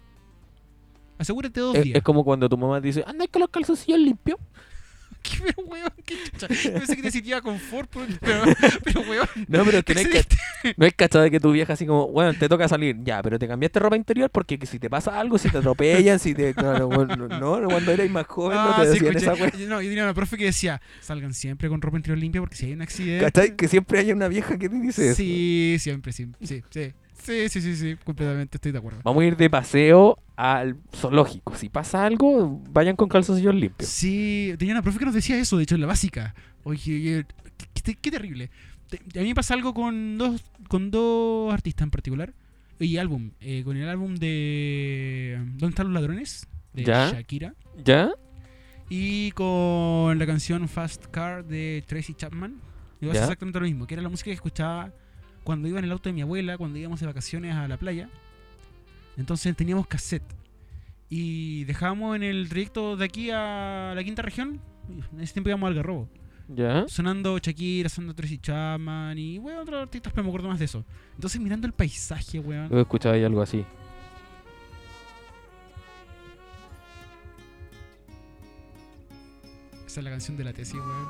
Asegúrate dos Es, días. es como cuando tu mamá te dice, anda con los calzoncillos limpios. ¿Qué, pero, weón, qué chucha? Yo pensé que te sentía confort, pero, pero, pero weón. No, pero es que no hay, ca- excelente. no hay cachado de que tu vieja así como, bueno, te toca salir, ya, pero te cambiaste ropa interior porque que si te pasa algo, si te atropellan, si te... Claro, bueno, no, cuando eras más joven no Ah, te sí, decían escuché. esa wea. Yo- No, yo tenía una profe que decía, salgan siempre con ropa interior limpia porque si hay un accidente... ¿Cachai? Que siempre hay una vieja que te dice eso. Sí, siempre, sí, sí, sí. Sí, sí, sí, sí, completamente estoy de acuerdo. Vamos a ir de paseo al zoológico. Si pasa algo, vayan con calzoncillos limpios. Sí, tenía una profe que nos decía eso, de hecho, en la básica. Oye, oye, qué, qué- qué terrible. Te- A mí me pasa algo con dos, con dos artistas en particular. Y álbum, eh, con el álbum de ¿Dónde están los ladrones? De ¿Ya? Shakira. ¿Ya? Y con la canción Fast Car de Tracy Chapman. Y pasa ¿Ya? exactamente lo mismo, que era la música que escuchaba cuando iba en el auto de mi abuela, cuando íbamos de vacaciones a la playa. Entonces teníamos cassette. Y dejábamos en el trayecto de aquí a la quinta región. En ese tiempo íbamos al Algarrobo. ¿Ya? Sonando Shakira, sonando Tracy Chapman y bueno, otros artistas, pero me acuerdo más de eso. Entonces mirando el paisaje, weón. Yo he escuchado ahí algo así. Esa es la canción de la tesis, weón.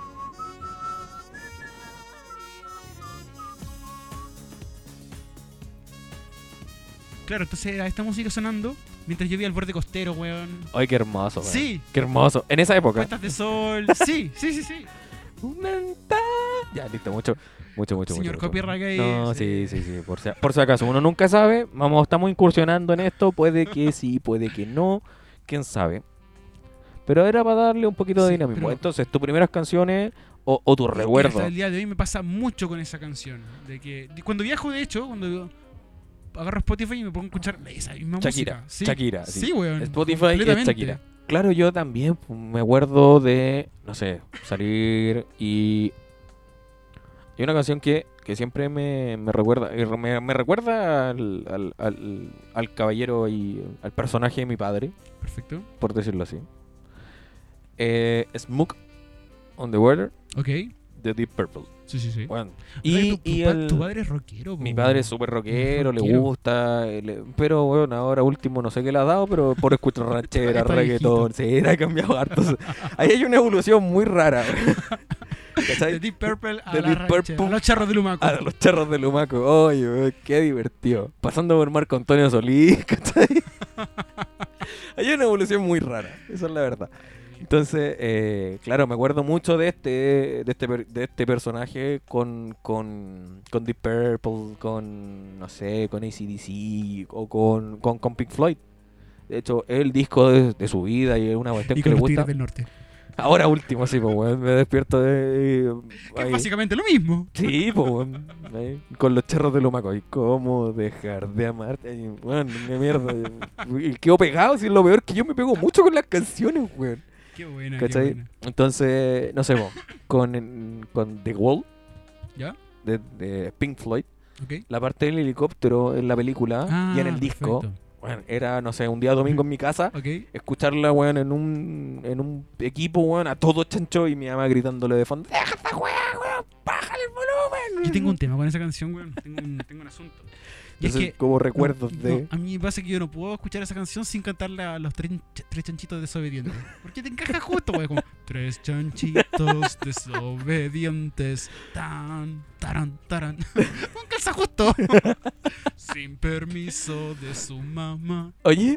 Claro, entonces era esta música sonando mientras yo vi al borde costero, weón. Ay, qué hermoso, weón. Sí. Qué hermoso. En esa época. Puestas de sol. Sí, sí, sí, sí. Ya, listo, mucho, mucho, mucho, Señor mucho. mucho. copyright gay, No, sí. sí, sí, sí. Por si, por si acaso, uno nunca sabe. Vamos, estamos incursionando en esto. Puede que sí, puede que no. Quién sabe. Pero era para darle un poquito de Sí, dinamismo. pero- Entonces, tus primeras canciones o, o tus Y hasta recuerdos. el día de hoy me pasa mucho con esa canción. De que de- cuando viajo, de hecho, cuando agarro Spotify y me pongo a escuchar esa misma Shakira, música. Sí. Shakira, sí. Sí, weón. Spotify es completamente. Shakira. Claro, yo también pues, me acuerdo de, no sé, salir y... Hay una canción que, que siempre me, me recuerda y me, me recuerda al, al, al, al caballero y al personaje de mi padre, Perfecto. por decirlo así. Eh, Smoke on the Water Ok. de Deep Purple. Sí, sí, sí. Bueno, O sea, y, tu, tu y pa- el- tu padre es rockero, po, mi weón. padre es súper rockero, le Rockero. gusta, eh, le- pero bueno, ahora último no sé qué le ha dado, pero por escuchar ranchera, Está reggaetón, sí, ha cambiado harto. Ahí hay una evolución muy rara. ¿Cachai? De Deep Purple a, De la Deep ranchera, Purple a los charros de Lumaco. A los charros de Lumaco, oye, weón, qué divertido. Pasando por Marco Antonio Solís, ¿cachai? Hay una evolución muy rara, esa es la verdad. Entonces, eh, claro, me acuerdo mucho de este de este, per- de este personaje con, con, con Deep Purple, con, no sé, con A C D C o con, con, con Pink Floyd. De hecho, es el disco de, de su vida y es una cuestión Y que con le los gusta. Tigres del Norte. Ahora último, sí, pues, weón, me despierto de... Que es ahí. básicamente lo mismo. Sí, pues, weón, ahí, con los charros de Lumaco. ¿Y cómo dejar de amarte? Ay, weón, qué mierda. Y quedo pegado, si es lo peor que yo me pego mucho con las canciones, weón. Qué buena, qué ¿Cachai? buena. Entonces, no sé, po, con, con The Wall ¿Ya? de, de Pink Floyd, Ok. la parte del helicóptero en la película Ah, y en el disco, perfecto. weón, era, no sé, un día domingo en mi casa, Ok. escucharla, weón, en un, en un equipo, weón, a todo chancho y mi mamá gritándole de fondo, ¡deja esta weá, weón! ¡Bájale el volumen! Yo tengo un tema con esa canción, weón. Tengo un, tengo un asunto. Y es Entonces, que como recuerdos no, de... no, a mí me pasa que yo no puedo escuchar esa canción sin cantarle a los tres, ch- tres chanchitos desobedientes. Porque te encaja justo, güey. Como tres chanchitos desobedientes. Tan, taran, taran. Con calza justo. Sin permiso de su mamá. Oye,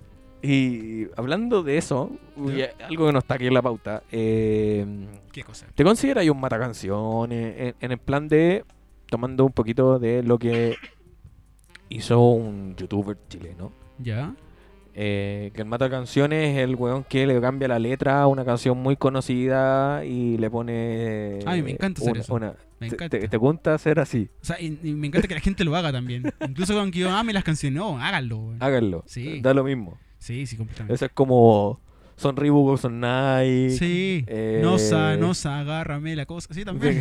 y hablando de eso, uy, ¿Ya? algo que no está aquí en la pauta, eh, ¿Qué cosa? ¿te consideras un matacanciones en, en el plan de, tomando un poquito de lo que hizo un youtuber chileno? ¿Ya? Eh, que el matacanciones es el weón que le cambia la letra a una canción muy conocida y le pone... Ay, me encanta hacer una, eso. una- Me te- encanta. Te, te gusta hacer así, O sea, y, y me encanta que la gente lo haga también. Incluso aunque yo ame las canciones. No, háganlo, güey. háganlo, Sí. da lo mismo. Sí, sí, completamente. Eso es como... Son Reebok o son Nike. Sí. eh, Nosa, nosa, agárrame la cosa. Sí, también.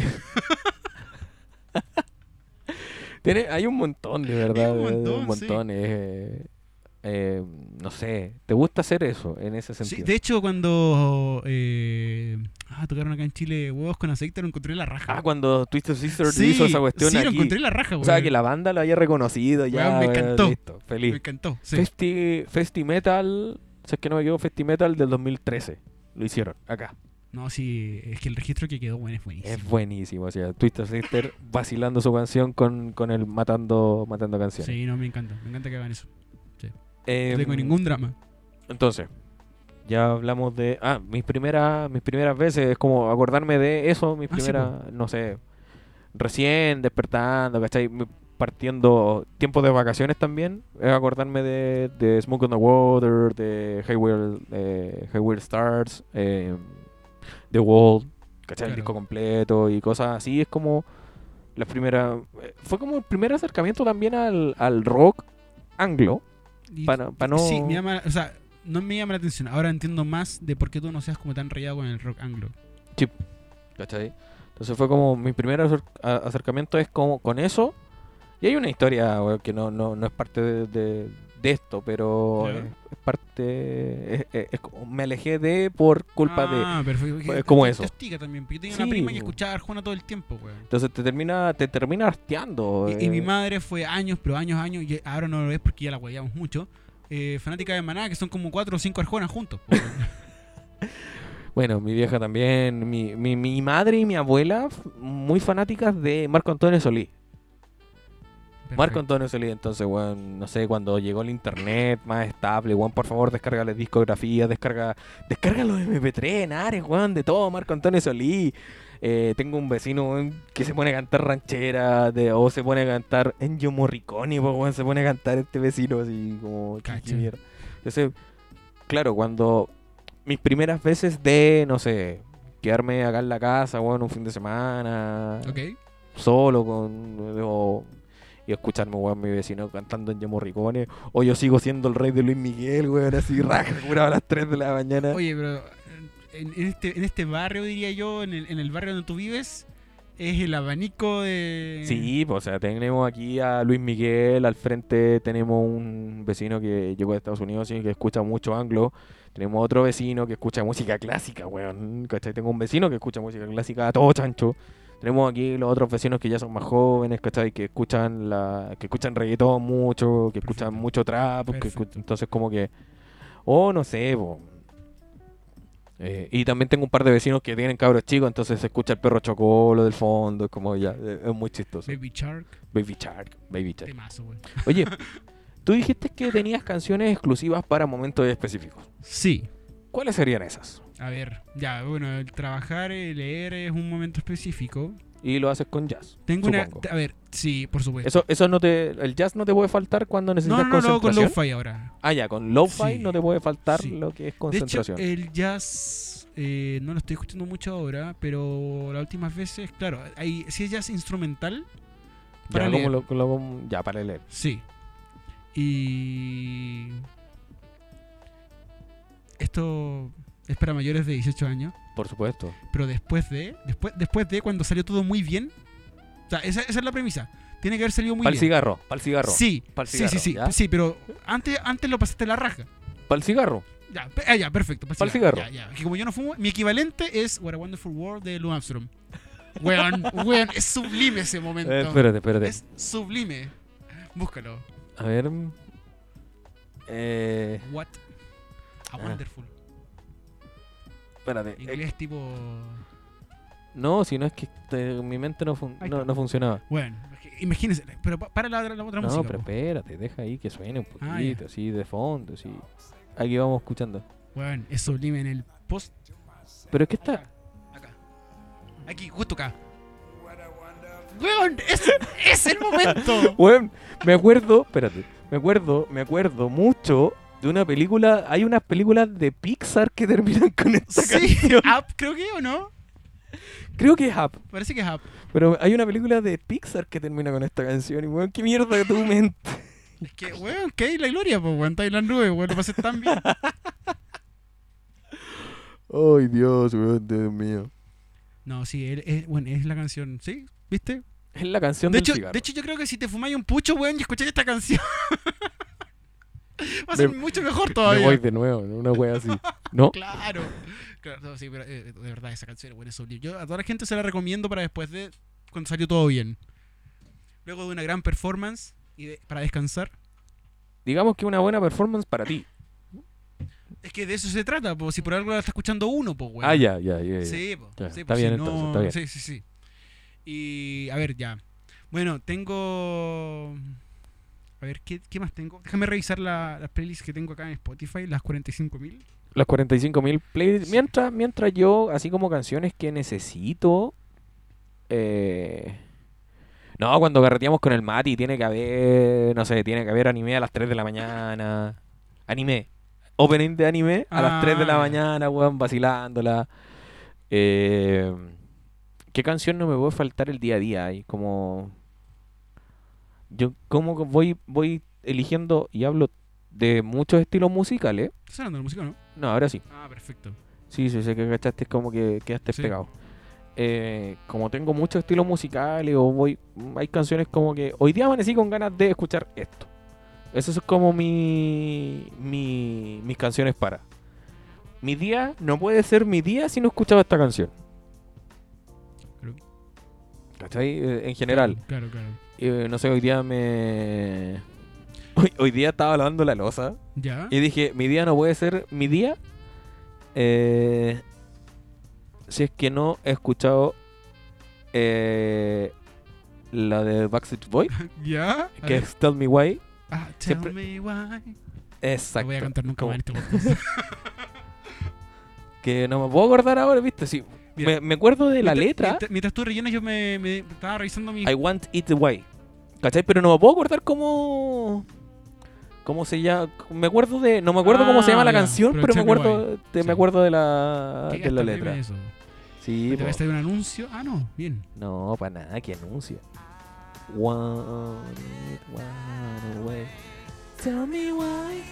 Tiene, hay un montón, de verdad. un de- de- montón, un montón. eh, eh, no sé, ¿te gusta hacer eso en ese Sí, sentido? de hecho, cuando eh, ah, tocaron acá en Chile huevos con aceite, lo encontré en la raja. Ah, cuando Twisted Sister sí, hizo esa cuestión sí, lo aquí. encontré en la raja, O sea, weón. que la banda lo haya reconocido ya. Weón, me weón, encantó. Listo, Me feliz. encantó. Sí. Festi, Festi Metal, si es que no me equivoco, Festi Metal del dos mil trece. Lo hicieron acá. No, sí, es que el registro que quedó, bueno, es buenísimo. Es buenísimo. O sea, Twisted Sister vacilando su canción con, con el matando, matando canciones. Sí, no, me encanta. Me encanta que hagan eso. Em, No tengo ningún drama. Entonces, ya hablamos de... Ah, mis primeras mis primeras veces, es como acordarme de eso, mis Ah, sí, primeras, no sé, recién despertando, ¿cachai? Mi- partiendo tiempo de vacaciones también, es acordarme de, de Smoke on the Water, de Hayward, eh, Hayward Stars, eh, The Wall, ¿cachai? El Claro. disco completo y cosas así. Es como la primera, eh, fue como el primer acercamiento también al, al rock anglo. Y- Pa' no- pa' no- Sí, me llama, o sea, no me llama la atención. Ahora entiendo más de por qué tú no seas como tan rayado con el rock anglo. ¿Cachai? Entonces fue como mi primer acer- a- acercamiento es como con eso. Y hay una historia, weón, que no, no, no es parte de, de- de esto, pero Ya. es, es parte... Es, es- es como- me alejé de por culpa de... Ah, perfecto. es como Te- eso. te hostiga también. Porque yo tenía Sí, una prima que po. escuchaba Arjona todo el tiempo, weón. Entonces te termina te termina hasteando. Y, y mi eh. madre fue años, pero años, años, y ahora no lo es porque ya la hueveamos mucho. Eh, fanática de Maná, que son como cuatro o cinco Arjonas juntos. po, weón. Bueno, mi vieja también, mi, mi, mi madre y mi abuela, f- muy fanáticas de Marco Antonio Solís. Marco Perfecto. Antonio Solís, entonces, weón, no sé, cuando llegó el internet más estable, weón, por favor, descarga la discografía, descarga, descarga los eme pe tres en Ares, weón, de todo Marco Antonio Solís. Eh, tengo un vecino, weón, que se pone a cantar ranchera, de, o se pone a cantar Ennio Morricone, pues, weón, se pone a cantar este vecino así como, ¿qué- qué Cacha. mierda? Entonces, claro, cuando mis primeras veces de, no sé, quedarme acá en la casa, weón, un fin de semana, Ok. solo con o- y escucharme, weón, mi vecino cantando en Morricone, o yo sigo siendo el rey de Luis Miguel, weón, así raja, curado a las tres de la mañana. Oye, pero en, en este, en este barrio, diría yo, en el, en el barrio donde tú vives, es el abanico de... Sí, pues, o sea, tenemos aquí a Luis Miguel, al frente tenemos un vecino que llegó de Estados Unidos y que escucha mucho anglo, tenemos otro vecino que escucha música clásica, weón, ¿cachai? Tengo un vecino que escucha música clásica a todo chancho. Tenemos aquí los otros vecinos que ya son más jóvenes, ¿cachai? Que escuchan la, que escuchan reggaetón mucho, que escuchan Perfecto. mucho trap, que Perfecto. escu- entonces como que, o no sé, po. Eh, y también tengo un par de vecinos que tienen cabros chicos, entonces se escucha el perro chocolo del fondo, es como ya, eh, es muy chistoso. Baby Shark, Baby Shark, Baby Shark. temazo, güey. Oye, tú dijiste que tenías canciones exclusivas para momentos específicos. Sí. ¿Cuáles serían esas? A ver, ya, bueno, el trabajar, el leer es un momento específico. Y lo haces con jazz. Tengo supongo. una... A ver, sí, por supuesto. Eso, eso no te, el jazz no te puede faltar cuando no, necesitas no, no, lo hago con concentración. lo-fi ahora. Ah, ya, con lo-fi Sí. no te puede faltar Sí. lo que es De hecho, concentración. el jazz eh, no lo estoy escuchando mucho ahora, pero las últimas veces, claro, hay, si es jazz instrumental, para ya, leer. como lo, lo- ya, para leer. Sí. Y... Esto es para mayores de dieciocho años, Por supuesto. pero después de, después, después de cuando salió todo muy bien, o sea, esa, esa es la premisa. Tiene que haber salido muy Para el bien. cigarro, para el cigarro. Sí, Pa'l sí, cigarro, sí, sí, ¿ya? sí, pero antes, antes lo pasaste la raja. Para el cigarro. Ya, pe- ah, ya, perfecto. Pa'l cigarro. Ya, ya. Que como yo no fumo, mi equivalente es What a Wonderful World de Lou Armstrong. Weón, weón, es sublime ese momento. Eh, espérate, espérate. Es sublime. Búscalo. A ver. Eh, What a Ah. Wonderful. espérate. Eh, Inglés tipo... no, si no es que te- mi mente no, fun- Ahí no, está. no funcionaba. Bueno, imagínense, pero pa- para la, la otra No, música. pero po. espérate, deja ahí que suene un Ah, poquito, ya. así de fondo, así. Aquí vamos escuchando. Weón, es sublime en el post. Pero es que está. Acá. Aquí, justo acá. Weón, es, es el momento. Weón, me acuerdo, espérate, me acuerdo, me acuerdo mucho de una película, hay unas películas de Pixar que terminan con esta Sí, canción. Up, creo que, ¿o no? Creo que es Up, Parece que es Up. pero hay una película de Pixar que termina con esta canción y weón, qué mierda de tu mente. Es que, weón, que hay la gloria, pues, weón, está ahí la nube, weón, lo pasé tan bien. Ay, Dios, weón, Dios mío. No, sí, él- es, bueno, es la canción, ¿sí? ¿Viste? Es la canción De del hecho, cigarro. de hecho, yo creo que si te fumáis un pucho, weón, y escucháis esta canción, va a ser Me- mucho mejor Me todavía. voy de nuevo, en una wea así. ¿No? Claro. Claro, no, sí, pero eh, de verdad, esa canción es sublime. Yo a toda la gente se la recomiendo para después de cuando salió todo bien. Luego de una gran performance y de- para descansar. Digamos que una buena performance para ti. Es que de eso se trata, pues si por algo la está escuchando uno, pues, weón. Ah, ya, ya, ya. ya. Sí, po, Ya, sí, está po, bien si entonces, no- está bien. Sí, sí, sí. Y a ver, ya. Bueno, tengo... A ver, ¿qué, qué más tengo? Déjame revisar la- las playlists que tengo acá en Spotify, las cuarenta y cinco mil. Las cuarenta y cinco mil playlists. Mientras, mientras yo, así como canciones que necesito. Eh... No, cuando carreteamos con el Mati tiene que haber, no sé, tiene que haber anime a las tres de la mañana. Anime. Opening de anime a Ah, las tres de la ya. mañana, weón, vacilándola. Eh, ¿Qué canción no me puede faltar el día a día? Ahí como... Yo como que voy, voy eligiendo y hablo de muchos estilos musicales. ¿Estás hablando de la música o no? No, ahora sí. Ah, perfecto. Sí, sí, sé que cachaste, es como que quedaste Sí. pegado. Eh, como tengo muchos estilos musicales o voy, hay canciones como que hoy día amanecí con ganas de escuchar esto. Esas son como mi, mi, mis canciones para. Mi día no puede ser mi día si no escuchaba esta canción. Claro. ¿Cachai? Eh, En general. Claro, claro. Eh, no sé, hoy día me... Hoy, hoy día estaba lavando la loza ¿Ya? y dije, mi día no puede ser mi día eh, si es que no he escuchado eh, la de Backstreet Boys, ¿Ya? A que ver. es Tell Me Why. Ah, tell siempre- me why. Exacto. No voy a cantar nunca Como más en este podcast. que no me puedo acordar ahora, ¿viste? Sí, Mira, me, me acuerdo de la mientras- letra. Mientras, mientras tú rellenas, yo me, me estaba revisando mi. I want it away. ¿Cachai? Pero no me puedo acordar cómo... ¿Cómo se llama? Me acuerdo de... No me acuerdo cómo se llama Ah, la ya, canción, pero pero me Tell Me acuerdo, de, Sí. me acuerdo de la, ¿Qué de la gastas meme letra. eso? Sí, ¿Te po. va a estar un anuncio? Ah, no, bien. No, para nada, que anuncio. Want it, want away. Tell me why.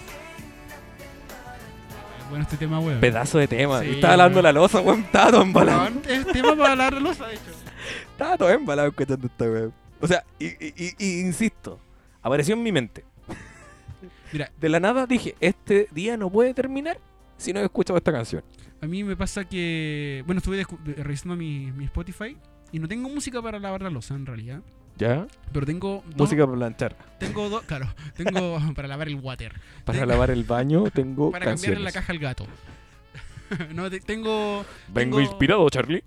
Bueno, este tema, weón. Pedazo de tema. Sí, Y estaba hablando weón. la loza, weón. Estaba todo embalado. Weón, es tema para la losa, de hecho. Estaba todo embalado escuchando esta weón. O sea, y, y- y- y insisto, apareció en mi mente. Mira. De la nada dije, este día no puede terminar si no he escuchado esta canción. A mí me pasa que. Bueno, estuve descu- revisando mi, mi Spotify y no tengo música para lavar la losa en realidad. ¿Ya? Pero tengo. dos- Música para planchar. Tengo dos. Claro, tengo para lavar el water. Para Tengo- lavar el baño tengo Para canciones. cambiarle la caja al gato. no, te- tengo. Vengo tengo- inspirado, Charlie.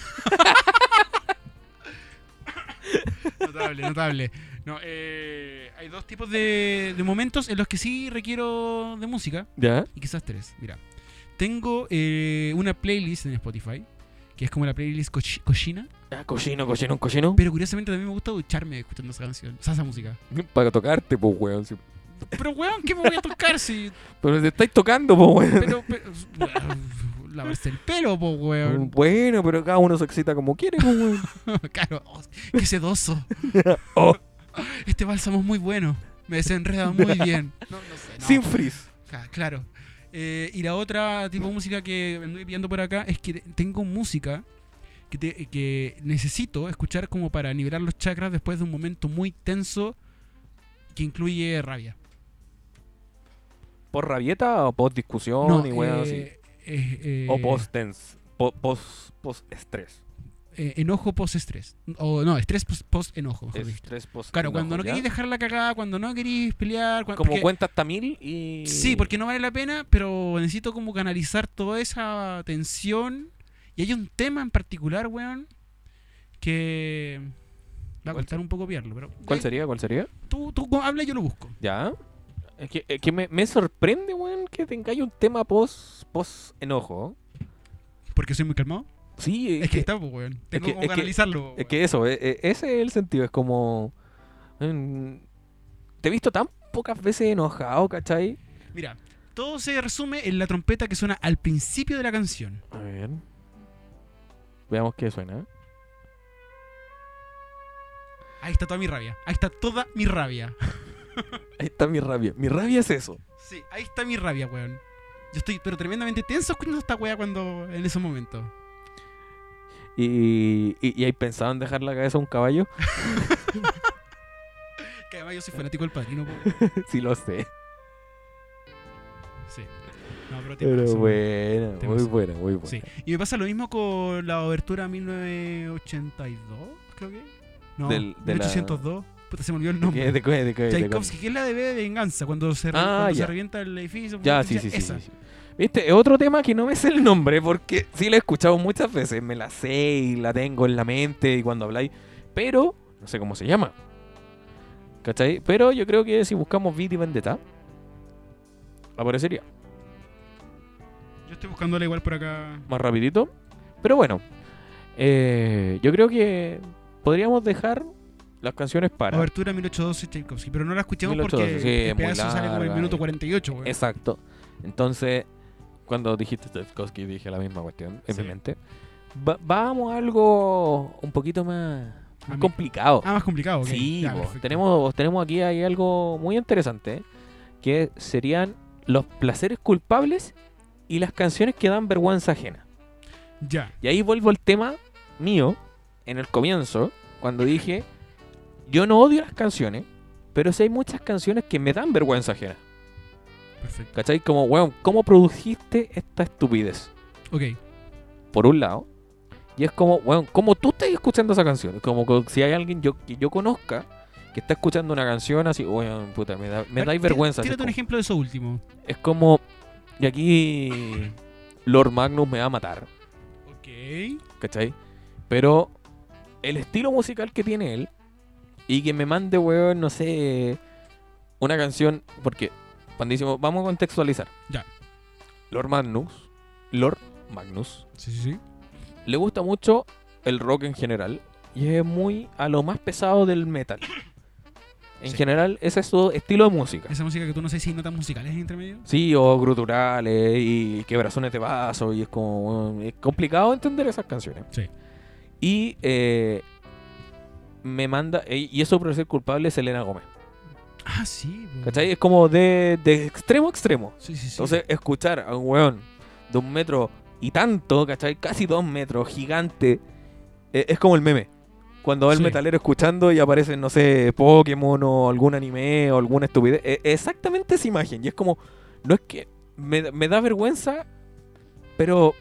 Notable, notable. No, eh, hay dos tipos de, de momentos en los que sí requiero de música. ¿Ya? Y quizás tres. Mira, tengo eh, una playlist en Spotify, que es como la playlist cochi- cochina. Ah, cochino, cochino, cochino. Pero curiosamente también me gusta ducharme escuchando esa canción, o sea, esa música. Para tocarte, pues, weón. sí. Pero weón, ¿qué me voy a tocar si... Pero te estáis tocando, pues, weón. Pero, pero lavarse el pelo, po, weón. Bueno, pero cada uno se excita como quiere, pues, weón. Claro, oh, qué sedoso. Oh, Este bálsamo es muy bueno. Me desenreda muy bien. No, no sé, no. sin frizz. Ja, claro. Eh, y la otra tipo de música que me estoy pidiendo por acá es que te- tengo música que, te- que necesito escuchar como para nivelar los chakras después de un momento muy tenso que incluye rabia. ¿Por rabieta o post discusión No, y weón eh, así? eh, eh, O post tense. Po- Post post estrés. eh, enojo post-estrés. O no, estrés post- post-enojo, mejor dicho. Estrés post Claro, cuando no ¿ya? queréis dejar la cagada, cuando no queréis pelear. cuan- Como porque- cuenta hasta mil y... Sí, porque no vale la pena, pero necesito como canalizar toda esa tensión. Y hay un tema en particular, weón, que va a ¿Cuál costar un poco pillarlo, pero... ¿Cuál eh, sería? ¿Cuál sería? Tú, tú habla y yo lo busco. ¿Ya? Es que, es que me, me sorprende, weón, que tengáis un tema post, post enojo. Porque soy muy calmado. Sí, Es que está, pues, weón. Tengo que- como es que- canalizarlo. Es que eso, eh, eh, ese es el sentido. Es como... mm, te he visto tan pocas veces enojado, ¿cachai? Mira, todo se resume en la trompeta que suena al principio de la canción. A ver. Veamos qué suena. Ahí está toda mi rabia. Ahí está toda mi rabia. Ahí está mi rabia. Mi rabia es eso. Sí, ahí está mi rabia, weón. Yo estoy pero tremendamente tenso escuchando esta weá cuando en esos momentos. Y, y, y hay pensado en dejar la cabeza a un caballo. Que además yo soy fanático del Padrino, po. Sí lo sé. Sí. No, pero Pero temazo, buena, muy Temazo. buena, muy buena. Sí. Y me pasa lo mismo con la obertura mil novecientos ochenta y dos, creo que. No, Del- de mil la- ochocientos dos. Puta, se me olvidó el ¿De nombre. qué? ¿De qué? ¿De qué? ¿De qué? Tchaikovsky, que es la de B de Venganza, cuando se, re- Ah, cuando ya. se revienta el edificio. Ya, sí, sí, sí, esa. sí, sí. Viste, es otro tema que no me sé el nombre porque sí la he escuchado muchas veces. Me la sé y la tengo en la mente y cuando habláis. Pero no sé cómo se llama. ¿Cachai? Pero yo creo que si buscamos Vidi Vendetta, aparecería Yo estoy buscándola igual por acá. más rapidito. Pero bueno, eh, yo creo que podríamos dejar Las canciones para. Abertura mil ochocientos doce Tchaikovsky, pero no la escuchamos mil ochocientos doce, porque sí, el muy pedazo sale como en el larga, minuto eh. cuarenta y ocho, weón. Exacto. Entonces, cuando dijiste Tchaikovsky, dije la misma cuestión en Sí. mi mente. Va- vamos a algo un poquito más, más Ah, mi- complicado. Ah, más complicado, ok. Sí, Ya, po. perfecto. tenemos, tenemos aquí hay algo muy interesante, ¿eh? Que serían los placeres culpables y las canciones que dan vergüenza ajena. Ya, Y ahí vuelvo al tema mío, en el comienzo, cuando dije, yo no odio las canciones, pero sí hay muchas canciones que me dan vergüenza ajena. perfecto. ¿Cachai? Como, weón, ¿cómo produjiste esta estupidez? Ok, Por un lado. Y es como, weón, ¿cómo tú estás escuchando esa canción? Como que si hay alguien yo, que yo conozca que está escuchando una canción así, weón, puta, me, da, me A ver, dais tí- vergüenza. así Tírate un como- ejemplo de eso último. Es como, y aquí Lord Magnus me va a matar, Ok. ¿cachai? Pero el estilo musical que tiene él y que me mande, weón, no sé, una canción, porque cuando decimos, vamos a contextualizar. Ya. Lord Magnus, Lord Magnus, Sí, sí, sí. le gusta mucho el rock en general y es muy a lo más pesado del metal. En Sí. general, ese es su estilo de música. Esa música que tú no sé si hay notas musicales entre medio. Sí, o gruturales y quebrazones de vaso y es como... bueno, es complicado entender esas canciones. Sí. Y eh, me manda... eh, y eso por ser culpable es Selena Gómez. Ah, sí. po. ¿Cachai? Es como de, de extremo a extremo. Sí, sí, sí. Entonces, escuchar a un weón de un metro y tanto, ¿cachai? Casi dos metros, gigante, eh, es como el meme. Cuando va el Sí. metalero escuchando y aparecen, no sé, Pokémon o algún anime o alguna estupidez. Eh, exactamente esa imagen. Y es como, no es que me, me da vergüenza, pero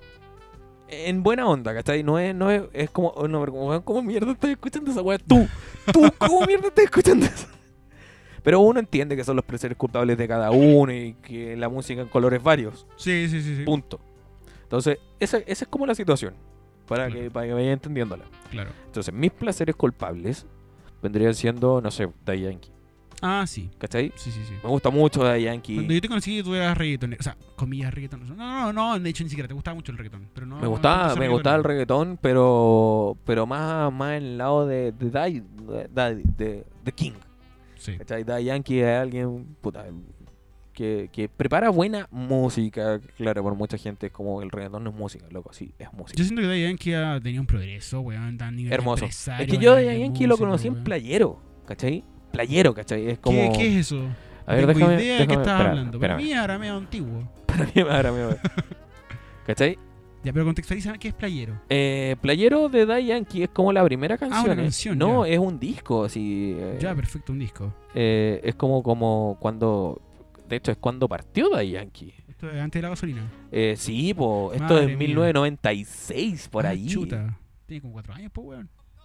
en buena onda, ¿cachai? No es, no es, es como, oh, no, pero como, weón, ¿cómo mierda estás escuchando esa weá? Tú, tú, ¿cómo mierda estás escuchando eso? Pero uno entiende que son los placeres culpables de cada uno y que la música en colores varios. Sí, sí, sí, sí. Punto. Entonces, esa, esa es como la situación. Para, Claro. que, para que vayan entendiéndola. Claro. Entonces, mis placeres culpables vendrían siendo, no sé, Daddy Yankee. Ah, sí. ¿Cachai? Sí, sí, sí. Me gusta mucho Daddy Yankee. Cuando yo te conocí, tú eras reggaeton. O sea, comillas reggaeton. No, no, no, de hecho ni siquiera te gustaba mucho el reggaeton. Pero no, Me gustaba, no te me hizo gustaba el reggaetonero. reggaetón, pero pero más, más en el lado de, de Daddy, de, Daddy, de, de King. Sí. ¿Cachai? Daddy Yankee es alguien puta, que, que prepara buena música. Claro, por mucha gente es como el reggaetón no es música, loco, sí, es música. Yo siento que Daddy Yankee ah, tenía un progreso, weón, tan nivel de Hermoso. empresario, Es que yo nivel Daddy de Yankee lo músico, conocí en weón. playero, ¿cachai? Playero, ¿cachai? Es como... ¿Qué, ¿Qué es eso? A ver, Tengo déjame, idea de qué déjame- estás espera, hablando. Para espérame. mí es arameo antiguo. Para mí, ahora me voy. ¿Cachai? Ya, pero contextualiza qué es playero. Eh, Playero de Daddy Yankee es como la primera canción. una ¿eh? canción, No, ya. es un disco, así. eh, Ya, perfecto, un disco. eh, es como, como cuando. De hecho, es cuando partió Daddy Yankee. Esto es antes de la gasolina. Eh, sí, po, esto Madre es mía. mil novecientos noventa y seis, por Ah, ahí. Chuta. Tiene como cuatro años, pues, weón.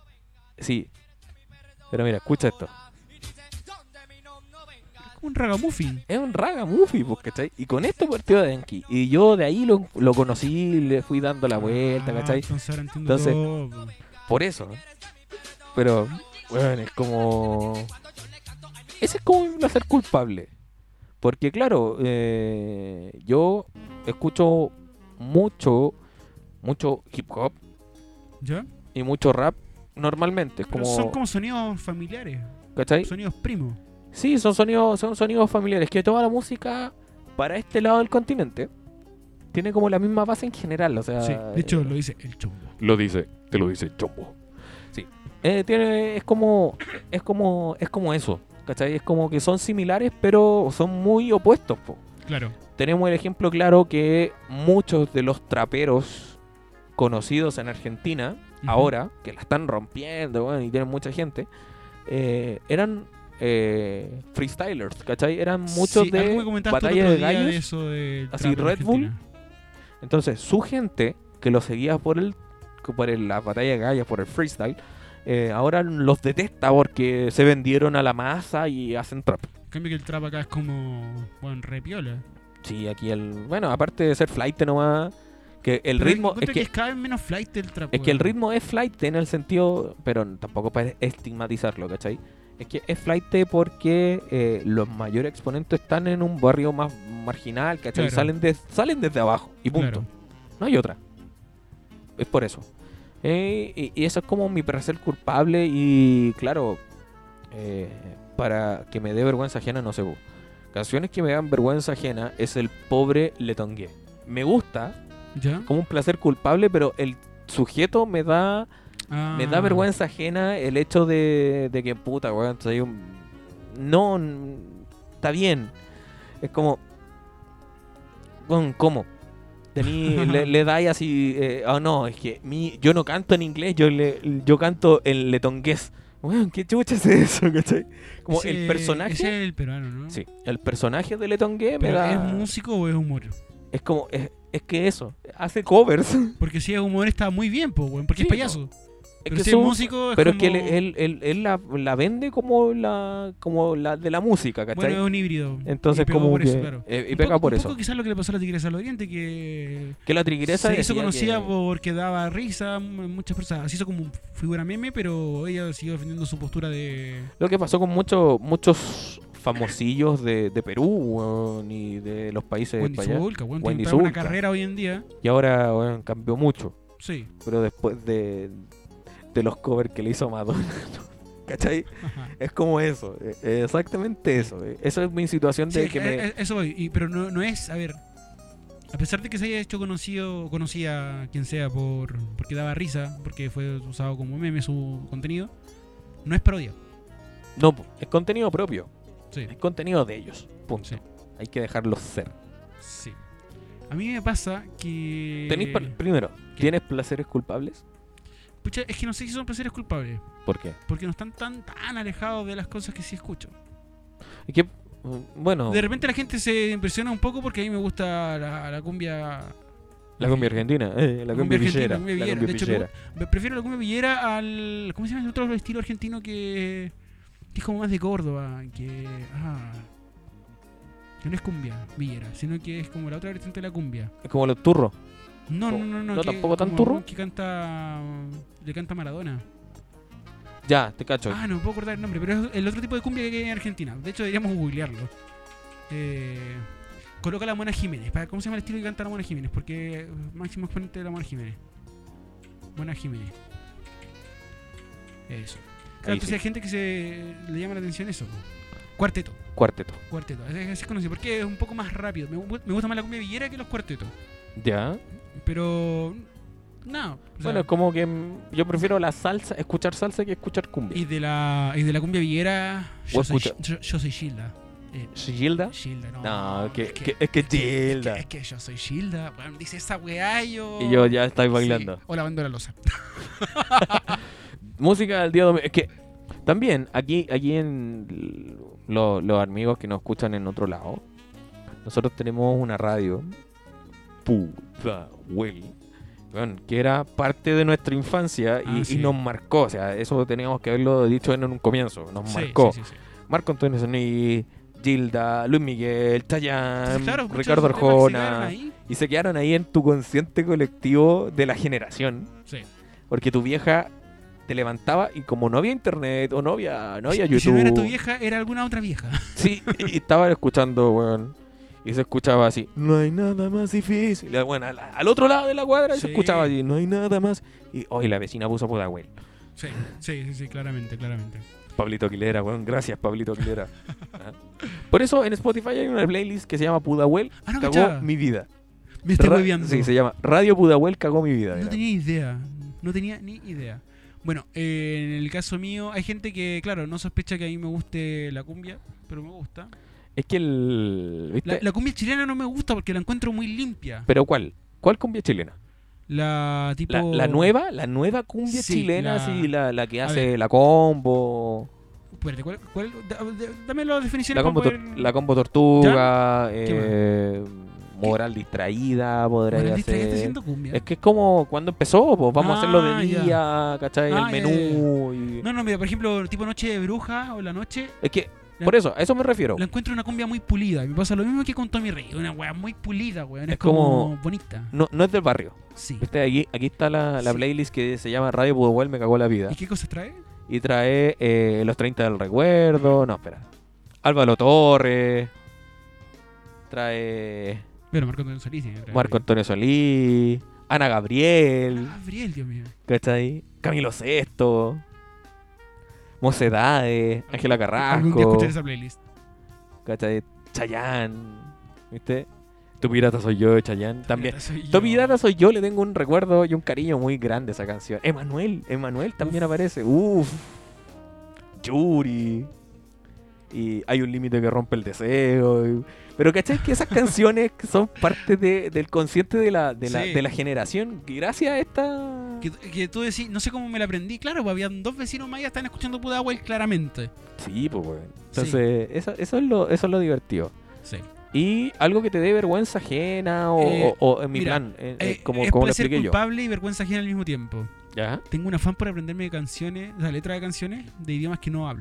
Sí. Pero mira, escucha esto. Es como un ragamuffin. Es un ragamuffin, pues, ¿cachai? Y con esto partió Daddy Yankee. Y yo de ahí lo, lo conocí, le fui dando la vuelta, Ah, ¿cachai? Entonces ahora entiendo Entonces- todo, po. Por eso, ¿no? Pero, bueno, es como... Ese es como un placer culpable. Porque, claro, eh, yo escucho mucho, mucho hip hop ¿Ya? y mucho rap normalmente. Es Pero como, son como sonidos familiares. ¿cachai? Sonidos primos. Sí, son sonidos, son sonidos familiares. Que toda la música para este lado del continente tiene como la misma base en general. O sea, Sí, de hecho lo dice el chombo. Lo dice, te lo dice Chombo. Sí. Eh, tiene, es como, es como, es como eso, ¿cachai? Es como que son similares, pero son muy opuestos, po. Claro. Tenemos el ejemplo claro que muchos de los traperos conocidos en Argentina, Ujú. ahora, que la están rompiendo, bueno, y tienen mucha gente, eh, eran eh, freestylers, ¿cachai? Eran muchos Sí, algo de me comentaste el batalla otro de día gallos. de eso del así, trap en Red Bull. Argentina. Entonces, su gente que lo seguía por el por el, la batalla de gallas, por el freestyle, eh, ahora los detesta porque se vendieron a la masa y hacen trap. En cambio que el trap acá es como, bueno, re piola. Sí, aquí el... Bueno, aparte de ser flight nomás, que el Pero ritmo... encuentro Es que, es cada vez menos flight el trap. es que el weón. ritmo es flight en el sentido... Pero tampoco para estigmatizarlo, ¿cachai? Es que es flight porque eh, los mayores exponentes están en un barrio más marginal, ¿cachai? Claro. Salen, de, salen desde abajo y punto. Claro. No hay otra. Es por eso. Eh, y, y eso es como mi placer culpable y claro, eh, para que me dé vergüenza ajena, no sé. po. Canciones que me dan vergüenza ajena es el pobre Letongué. Me gusta, ¿Ya? como un placer culpable, pero el sujeto me da Ah. me da vergüenza ajena el hecho de, de que puta, weón, soy un... no, n- está bien. Es como, weón, ¿cómo? Tení, le, le dais así, eh, oh no, es que mi, yo no canto en inglés, yo le, yo canto en letongués. Weón, ¿qué chucha es eso? ¿Cachai? Como Ese- el personaje. Ese es el peruano, ¿no? Sí, el personaje de letongué me Pero da. ¿es músico o es humor? Es como, es, es que eso, hace covers. Porque si es humor está muy bien, po, weón, porque Sí, es payaso. Es Pero que si son- es músico es pero como... es que él, él, él- él la, la vende como la como la de la música, ¿cachai? Bueno, es un híbrido. Entonces Y pegó como por que eso, claro. eh, y Un pega poco- por un eso. poco quizás lo que le pasó a la Tigresa del Oriente, que Que la tigresa se hizo decía conocida que- porque daba risa a muchas personas. Se hizo como figura meme, pero ella siguió defendiendo su postura de... lo que pasó con muchos muchos famosillos de, de Perú, weón, y de los países Wendy para allá. Zulka, weón, Wendy tiene una Zulka. carrera hoy en día. Y ahora weón, cambió mucho, Sí. pero después de, de los covers que le hizo Madonna. ¿Cachai? Ajá. Es como eso, eh, eh, exactamente eso. eh. Esa es mi situación de Sí, que eh, me... eh, eso voy, y- pero no, no es, a ver, a pesar de que se haya hecho conocido, conocía quien sea por porque daba risa, porque fue usado como meme su contenido, no es parodia. No, po, es contenido propio, Sí, es contenido de ellos, punto. Sí. Hay que dejarlos ser. sí. A mí me pasa que... Tenís pa- primero, ¿qué? ¿tienes placeres culpables? Pucha, es que no sé si son placeres culpables, ¿Por qué? porque no están tan, tan alejados de las cosas que sí escucho. Es que, mm, bueno, De repente la gente se impresiona un poco porque a mí me gusta la, la cumbia... la cumbia argentina, eh, la cumbia argentina, villera, la cumbia la villera. cumbia De hecho, villera. me- prefiero la cumbia villera al... ¿Cómo se llama el otro estilo argentino que, que es como más de Córdoba? Que... Ah, que no es cumbia villera, sino que es como la otra vertiente de la cumbia. Es como los turros. No, no, Oh, no, no. ¿no que- tampoco tan como turro? Que canta... Le canta Maradona. Ya, te cacho. Ah, no puedo acordar el nombre, pero es el otro tipo de cumbia que hay en Argentina. De hecho, deberíamos googlearlo. Eh, coloca la Mona Jiménez. ¿Para ¿Cómo se llama el estilo que canta la Mona Jiménez? Porque eh, máximo exponente de la Mona Jiménez. Mona Jiménez. Eso. Claro, Ahí entonces sí. hay gente que se le llama la atención eso. po. Cuarteto. Cuarteto. Cuarteto. Así así es conocido. Porque es un poco más rápido. Me, gu- me gusta más la cumbia villera que los cuartetos. Ya. Pero... No. o sea, Bueno, es como que mm, yo prefiero la salsa, escuchar salsa que escuchar cumbia. y de la y de la cumbia villera, yo O soy, escucha- yo, yo soy Gilda. Eh, ¿Gilda? Gilda, no. No, que, es que- es que es que- Gilda. Es que, yo soy Gilda. Bueno, dice esa weá y yo. Y yo ya estoy bailando. Sí, o lavando la losa. Música del día domingo. Es que también aquí, aquí en l- lo- los amigos que nos escuchan en otro lado, nosotros tenemos una radio, puta, well, bueno, que era parte de nuestra infancia y, Ah, y sí. nos marcó. O sea, eso teníamos que haberlo dicho en un comienzo. Nos Sí, marcó. sí, sí, sí. Marco Antonio Solís, Gilda, Luis Miguel, Chayanne, Claro, muchos Ricardo de esos temas que se quedaron Arjona. ahí. Y se quedaron ahí en tu consciente colectivo de la generación. Sí. Porque tu vieja te levantaba y como no había internet o no había, no había Y YouTube. si no era tu vieja, era alguna otra vieja. Sí, y estaba escuchando, weón. Y se escuchaba así, no hay nada más difícil. Y, bueno, al, al otro lado de la cuadra Sí. se escuchaba así, no hay nada más. Y hoy la vecina puso Pudahuel. Sí, sí, sí, sí, claramente, claramente. Pablito Aguilera, weón. Gracias, Pablito Aguilera. Ah. Por eso en Spotify hay una playlist que se llama Pudahuel Ah, no, cagó cachaba. mi vida. Me estoy Ra- hueveando. Sí, se llama Radio Pudahuel cagó mi vida. No era. tenía idea. No tenía ni idea. Bueno, eh, en el caso mío, hay gente que, claro, no sospecha que a mí me guste la cumbia, pero me gusta. Es que el... ¿viste? La, la cumbia chilena no me gusta porque la encuentro muy limpia. ¿Pero cuál? ¿Cuál cumbia chilena? La tipo... La, la nueva, la nueva cumbia Sí, chilena, la- sí, la, la que A hace ver. la combo, Espérate, ¿cuál, cuál- da- da- dame las definiciones la combo, para tor- poder- la combo tortuga, ¿Qué eh, moral distraída, podría Bueno, hacer. distraída está haciendo cumbia. Es que es como cuando empezó, pues vamos a hacerlo Ah, de ya. día, ¿cachai? Ah, El ya, menú. y- No, no, mira, por ejemplo, tipo Noche de Bruja o La Noche, Es que, La- por eso, a eso me refiero. la encuentro una cumbia muy pulida. Y me pasa lo mismo que con Tommy Rey. Una weá muy pulida, weón. Es, Es como- como bonita. No, no es del barrio. Sí. ¿Viste? Aquí, aquí está la, la Sí. playlist que se llama Radio Pudahuel me cagó la vida. ¿Y qué cosas trae? Y trae eh, Los treinta del Recuerdo. No, espera. Álvaro Torres. Trae Bueno, Marco Antonio Solís. tiene que traer. Marco Antonio Solís. Ana Gabriel. Ah, Gabriel, Dios mío. ¿Cachai? Camilo Sesto. Mocedades, Ángela Algún día Carrasco, escuchar esa playlist. ¿cachai? Chayanne, ¿viste? Tu pirata soy yo, de Chayanne también. Pirata soy Tu yo. pirata soy yo, le tengo un recuerdo y un cariño muy grande a esa canción. Emanuel, Emanuel también Uf. aparece. Uf. Yuri. Y hay un límite que rompe el deseo. y- Pero ¿cachai? Que esas canciones son parte de- del consciente de la, de, la, Sí. de la generación. Y gracias a esta... Que, que tú decís, no sé cómo me la aprendí. Claro, pues habían dos vecinos más y estaban escuchando Pudahuel claramente. Sí, pues bueno. Entonces, eso, eso, es lo, eso es lo divertido. Sí. Y algo que te dé vergüenza ajena o, Eh, o- o en mi mira, plan, eh, eh, Eh, como, es como lo placer expliqué yo. culpable y vergüenza ajena al mismo tiempo. ¿Ya? Tengo un afán por aprenderme canciones, o sea, letras de canciones de idiomas que no hablo.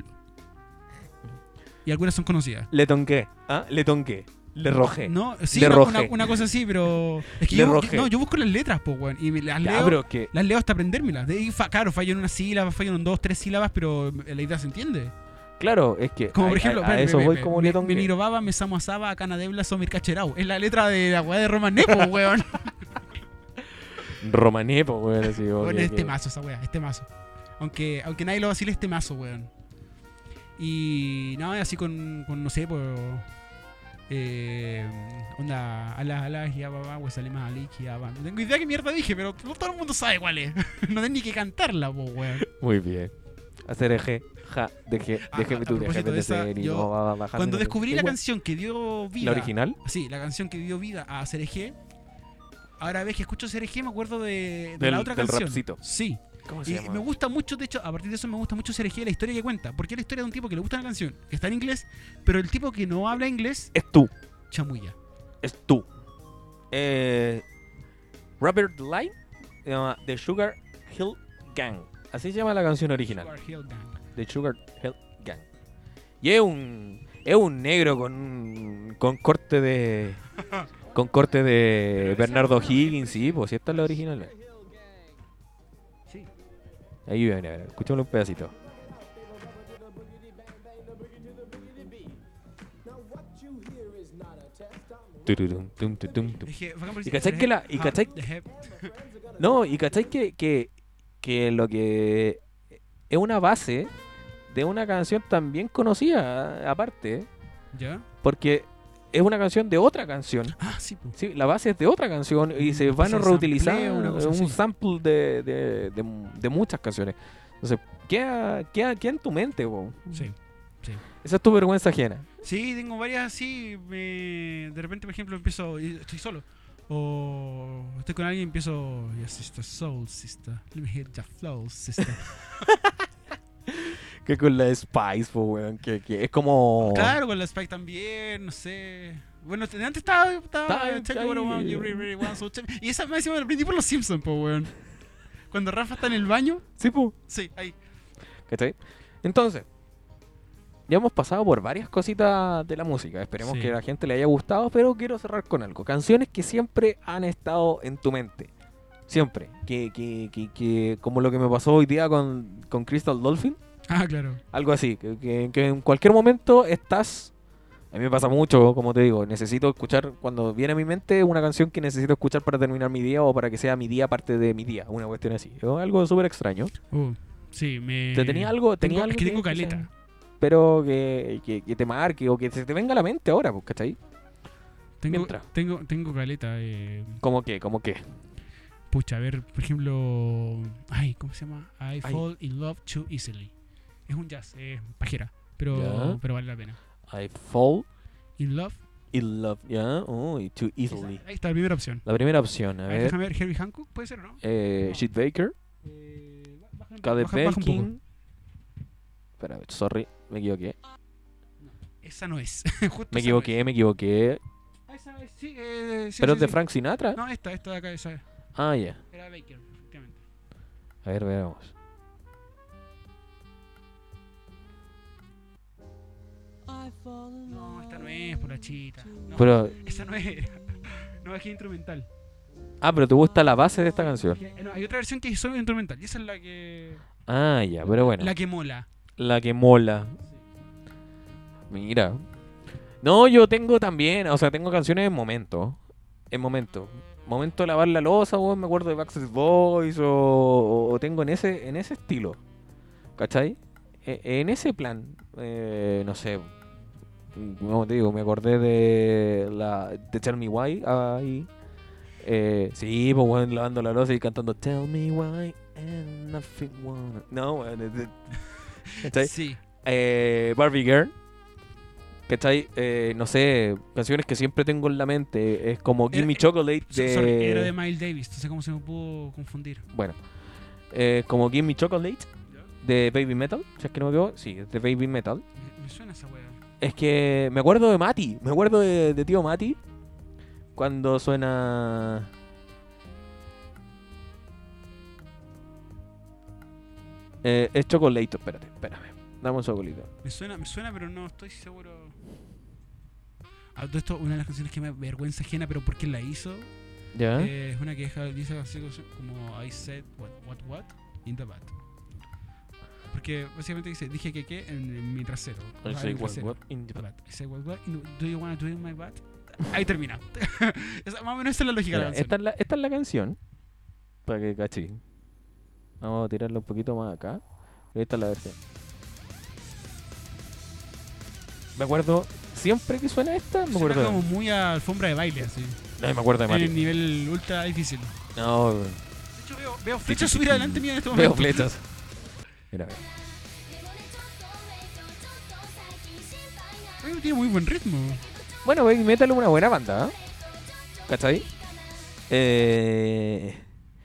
Y algunas son conocidas. Le tonqué. ¿Ah? Le tonqué. Le rojé. No, sí, Le una, rojé. una- una cosa así, pero. Es que Le yo, rojé. no, yo busco las letras, pues, weón. Y me las Ya, leo. pero que... Las leo hasta aprendérmelas. De, y fa- claro, fallo en una sílaba, fallo en dos, tres sílabas, pero la idea se entiende. Claro, es que... Como a- por ejemplo, a, a ve- eso ve- voy ve- como me, le tonqué. me mirobaba, me samoasaba, a canadebla, somir cacherau. Es la letra de la weá de Roman Nepo, weón. Romanepo, weón, así. como Bueno, que- es que- temazo esa weá, es temazo. Aunque, aunque nadie lo vacile, es temazo, weón. Y no, así con, con no sé, pues. Eh, onda, ala, ala, ya babá, huesalema, alik, ya va. No tengo idea qué mierda dije, pero no todo el mundo sabe cuál es. No tengo ni que cantarla, po, weón. Muy bien. Hacer eje, ja, deje, Ah, déjeme a tú, propósito déjame de de esa, ser y yo- no va a bajar. Cuando de- descubrí la Igual. canción que dio vida. ¿La original? Sí, la canción que dio vida a C R G. Ahora ves que escucho C R G, me acuerdo de, de Del- la otra del canción. rapcito. Sí. ¿Cómo Y me gusta mucho, de hecho, a partir de eso me gusta mucho C R G, la historia que cuenta. Porque es la historia de un tipo que le gusta la canción, que está en inglés, pero el tipo que no habla inglés, Es tú, chamulla. es tú. Eh, Robert Line se llama The Sugar Hill Gang. Así se llama la canción original. Sugar Hill Gang. The Sugar Hill Gang. Y es un es un negro con con corte de con corte de Bernardo Higgins, sí, pues si esta es la original. Sí. Ahí viene, a ver, escuchemos un pedacito. Tururum, tum, tum, tum, tum. Es que, bacán porque Y cachai C R G, que la- y ah, cachai- the hep. No, y cachai que, que, que lo que es una base de una canción también conocida, aparte, ¿Ya? porque es una canción de otra canción. Ah, sí, pues. Sí, la base es de otra canción y se Un van a base de reutilizar sampleo, una cosa un así. sample de, de, de, de muchas canciones. Entonces, queda, queda, queda en tu mente, po. Sí. Sí. Esa es tu vergüenza ajena. Sí, tengo varias así. Me... De repente, por ejemplo, empiezo. y Estoy solo. O estoy con alguien y empiezo. Yes, sister, soul, sister. Let me hit the flow, sister. Que con la Spice, po, weón. Que, que es como. Claro, con la Spike también, no sé. Bueno, te- antes estaba. estaba Está- Tell me what I ahí. want, you really, really want, so tell me- Y esa me me la aprendí por los Simpsons, po, weón. Cuando Rafa está en el baño. Sí, po. Sí, ahí. ¿Cachai? Entonces, ya hemos pasado por varias cositas de la música. Esperemos Sí. que a la gente le haya gustado, pero quiero cerrar con algo. Canciones que siempre han estado en tu mente. Siempre. Que, que, que, que como lo que me pasó hoy día con, con Crystal Dolphin. Ah, claro. Algo así. Que, que- que en cualquier momento estás... A mí me pasa mucho, como te digo. Necesito escuchar, cuando viene a mi mente, una canción que necesito escuchar para terminar mi día o para que sea mi día parte de mi día. Una cuestión así. Es algo súper extraño. Uh, sí, me. ¿Te tenía algo? Tenía Tengo- algo es que tengo que- que caleta. sea- pero que, que, que te marque o que se te venga a la mente ahora, pues, ¿cachai? Tengo, mientras. tengo, tengo caleta. Eh, ¿Cómo qué? ¿Cómo qué? pucha, a ver, por ejemplo. Ay, ¿cómo se llama? I Ay. fall in love too easily. Es un jazz, es pajera. Pero, Ya. pero vale la pena. I fall In love. in love, ¿ya? Uy, too easily. Ahí está la primera opción. La primera opción, a A ver, ver. déjame ver, Herbie Hancock, ¿puede ser o no? Eh, Shit Baker, Eh, ba- baja- Cade baja- baja un poco. Belkin. Espera, sorry, me equivoqué. Esa no es. Justo Me esa equivoqué, me equivoqué. no es. Ah, esa es, sí, eh, sí, ¿Pero sí, es de sí. Frank Sinatra? No, esta, esta de acá, esa. Ah, ya. Era Baker, efectivamente. A ver, veamos. No, esta no es, por la chita. No, Pero, esa no es. No, es que es instrumental. ah, pero te gusta la base de esta canción. Que- no, hay otra versión que es solo instrumental. Y esa es la que. Ah, ya, pero bueno. La que mola. La que mola. Mira. No, yo tengo también, o sea, tengo canciones en momento. En momento. Momento de lavar la losa, weón, me acuerdo de Backstreet Boys o, o- o tengo en ese en ese estilo. ¿Cachai? eh, en ese plan, eh, no sé, como te digo, me acordé de la de Tell Me Why ahí. Eh, sí, pues bueno, lavando la loza y cantando Tell Me Why and nothing wanna. No, bueno, ¿cachai? Sí. Eh, Barbie Girl. ¿Cachai? Eh, no sé, canciones que siempre tengo en la mente. Es como Give Era- Me Chocolate So- de. sorry, era de Miles Davis, no sé cómo se me pudo confundir. Bueno, eh, como Give Me Chocolate de Baby Metal. Si es que no me equivoco, sí, es de Baby Metal. Me, me suena esa wea. Es que me acuerdo de Mati, me acuerdo de, de tío Mati cuando suena. Eh, es Chocolate, espérate, espérame. Dame un segundito. Me suena, me suena, pero no estoy seguro. A todo esto, una de las canciones que me vergüenza ajena, pero porque la hizo, ¿Ya? eh, es una que deja, dice así como I said what, what, what in the bat. Porque básicamente dice, dije que qué en, en mi trasero. I O sea, say en el what, trasero. what in the The back. bat. I say what, what in- do you wanna do it in my bat? Ahí termina. Esa- más o menos esa es la lógica de la Mira, canción. esta, es la, esta es la canción. Para que caché. Vamos a tirarla un poquito más acá. Y esta es la versión. Me acuerdo, siempre que suena esta, me Suena acuerdo como de. muy a alfombra de baile, así. No, me acuerdo de En el Mati. nivel ultra difícil. No, De hecho, veo, veo flechas subir adelante mío en este veo momento. flechas. Mira, mira. Oye, tiene muy buen ritmo. Bueno, Baby Metal es una buena banda, ¿eh? ¿Cachai? Eh,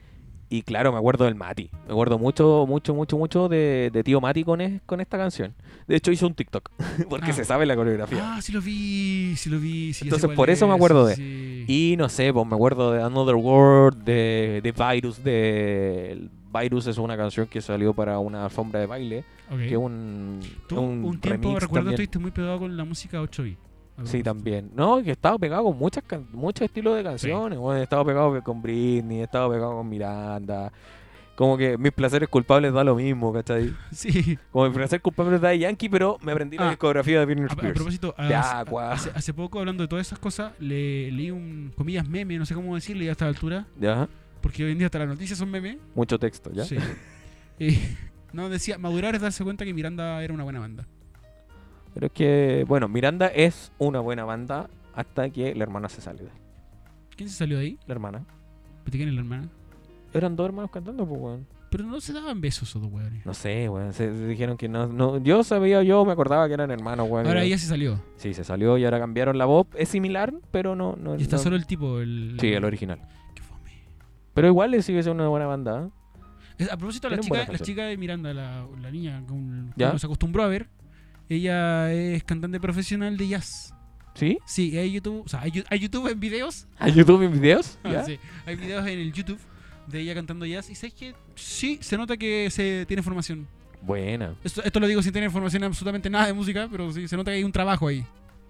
y claro, me acuerdo del Mati. Me acuerdo mucho, mucho, mucho, mucho de, de tío Mati con, es- con esta canción. De hecho, hizo un TikTok, porque Ah. se sabe la coreografía. Ah, sí lo vi, sí lo vi. Sí, ya sé Entonces, cuál por eso me es, acuerdo de- sí. Y no sé, pues me acuerdo de Another World, de, de Virus. De, el Virus es una canción que salió para una alfombra de baile. Ok. Que es un, Tú, un, un, tiempo, remix recuerdo, también. estuviste muy pegado con la música ocho bit. Sí, también. No, que he estado pegado con muchas can- muchos estilos de canciones. Bueno, he estado pegado con Britney, he estado pegado con Miranda. Como que mis placeres culpables da lo mismo, ¿cachai? Sí. Como mi placer culpable da Yankee, pero me aprendí la Ah, discografía de Britney A, a Spears. propósito, De hace, Aqua. hace, hace poco, hablando de todas esas cosas, le leí un, comillas, meme, no sé cómo decirle ya a esta altura, Ya, porque hoy en día hasta las noticias son meme. mucho texto, ¿ya? Sí. Y, no, decía, madurar es darse cuenta que Miranda era una buena banda. Pero es que, bueno, Miranda es una buena banda hasta que la hermana se sale de ahí. ¿Quién se salió de ahí? La hermana. ¿Pero quién es la hermana? Eran dos hermanos cantando, pues, weón. Pero no se daban besos esos dos weones. No sé, weón. Se, se dijeron que no, no. Yo sabía, yo me acordaba que eran hermanos, weón. Ahora y- ella se salió. Sí, se salió y ahora cambiaron la voz. Es similar, pero no. no Y está no- solo el tipo, el... Sí, el original. Qué fome. Pero igual le sigue siendo una buena banda. ¿eh? Es- A propósito, la Tienen chica, buenas la canciones. chica de Miranda, la, la niña con, ¿Ya? que nos acostumbró a ver, ella es cantante profesional de jazz. ¿Sí? Sí, hay YouTube, o sea, hay, yu- hay YouTube en videos. ¿A YouTube en videos? Ah, ¿Ya? sí, hay videos en el YouTube de ella cantando jazz. Y sabes que sí, se nota que se tiene formación. Buena. Esto, esto lo digo sin tener formación en absolutamente nada de música, pero sí, se nota que hay un trabajo ahí.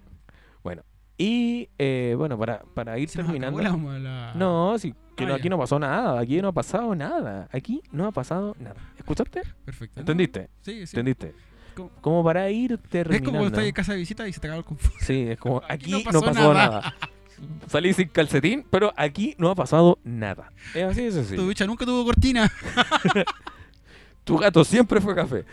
Bueno. Y eh, bueno, para, para ir Se nos terminando. acabó la- la- No, sí, que Ah, no, ya. aquí no pasó nada. Aquí no ha pasado nada. Aquí no ha pasado nada. ¿Escuchaste? Perfecto. ¿Entendiste? Sí, sí. ¿Entendiste? Como- Como para ir Es terminando. como cuando estás en casa de visita y se te acaba el confort. Sí, es como Aquí aquí, no no pasó pasó, nada. nada. Salí sin calcetín, pero aquí no ha pasado nada. Es así de Tu sencillo. bicha nunca tuvo cortina. Tu gato siempre fue café.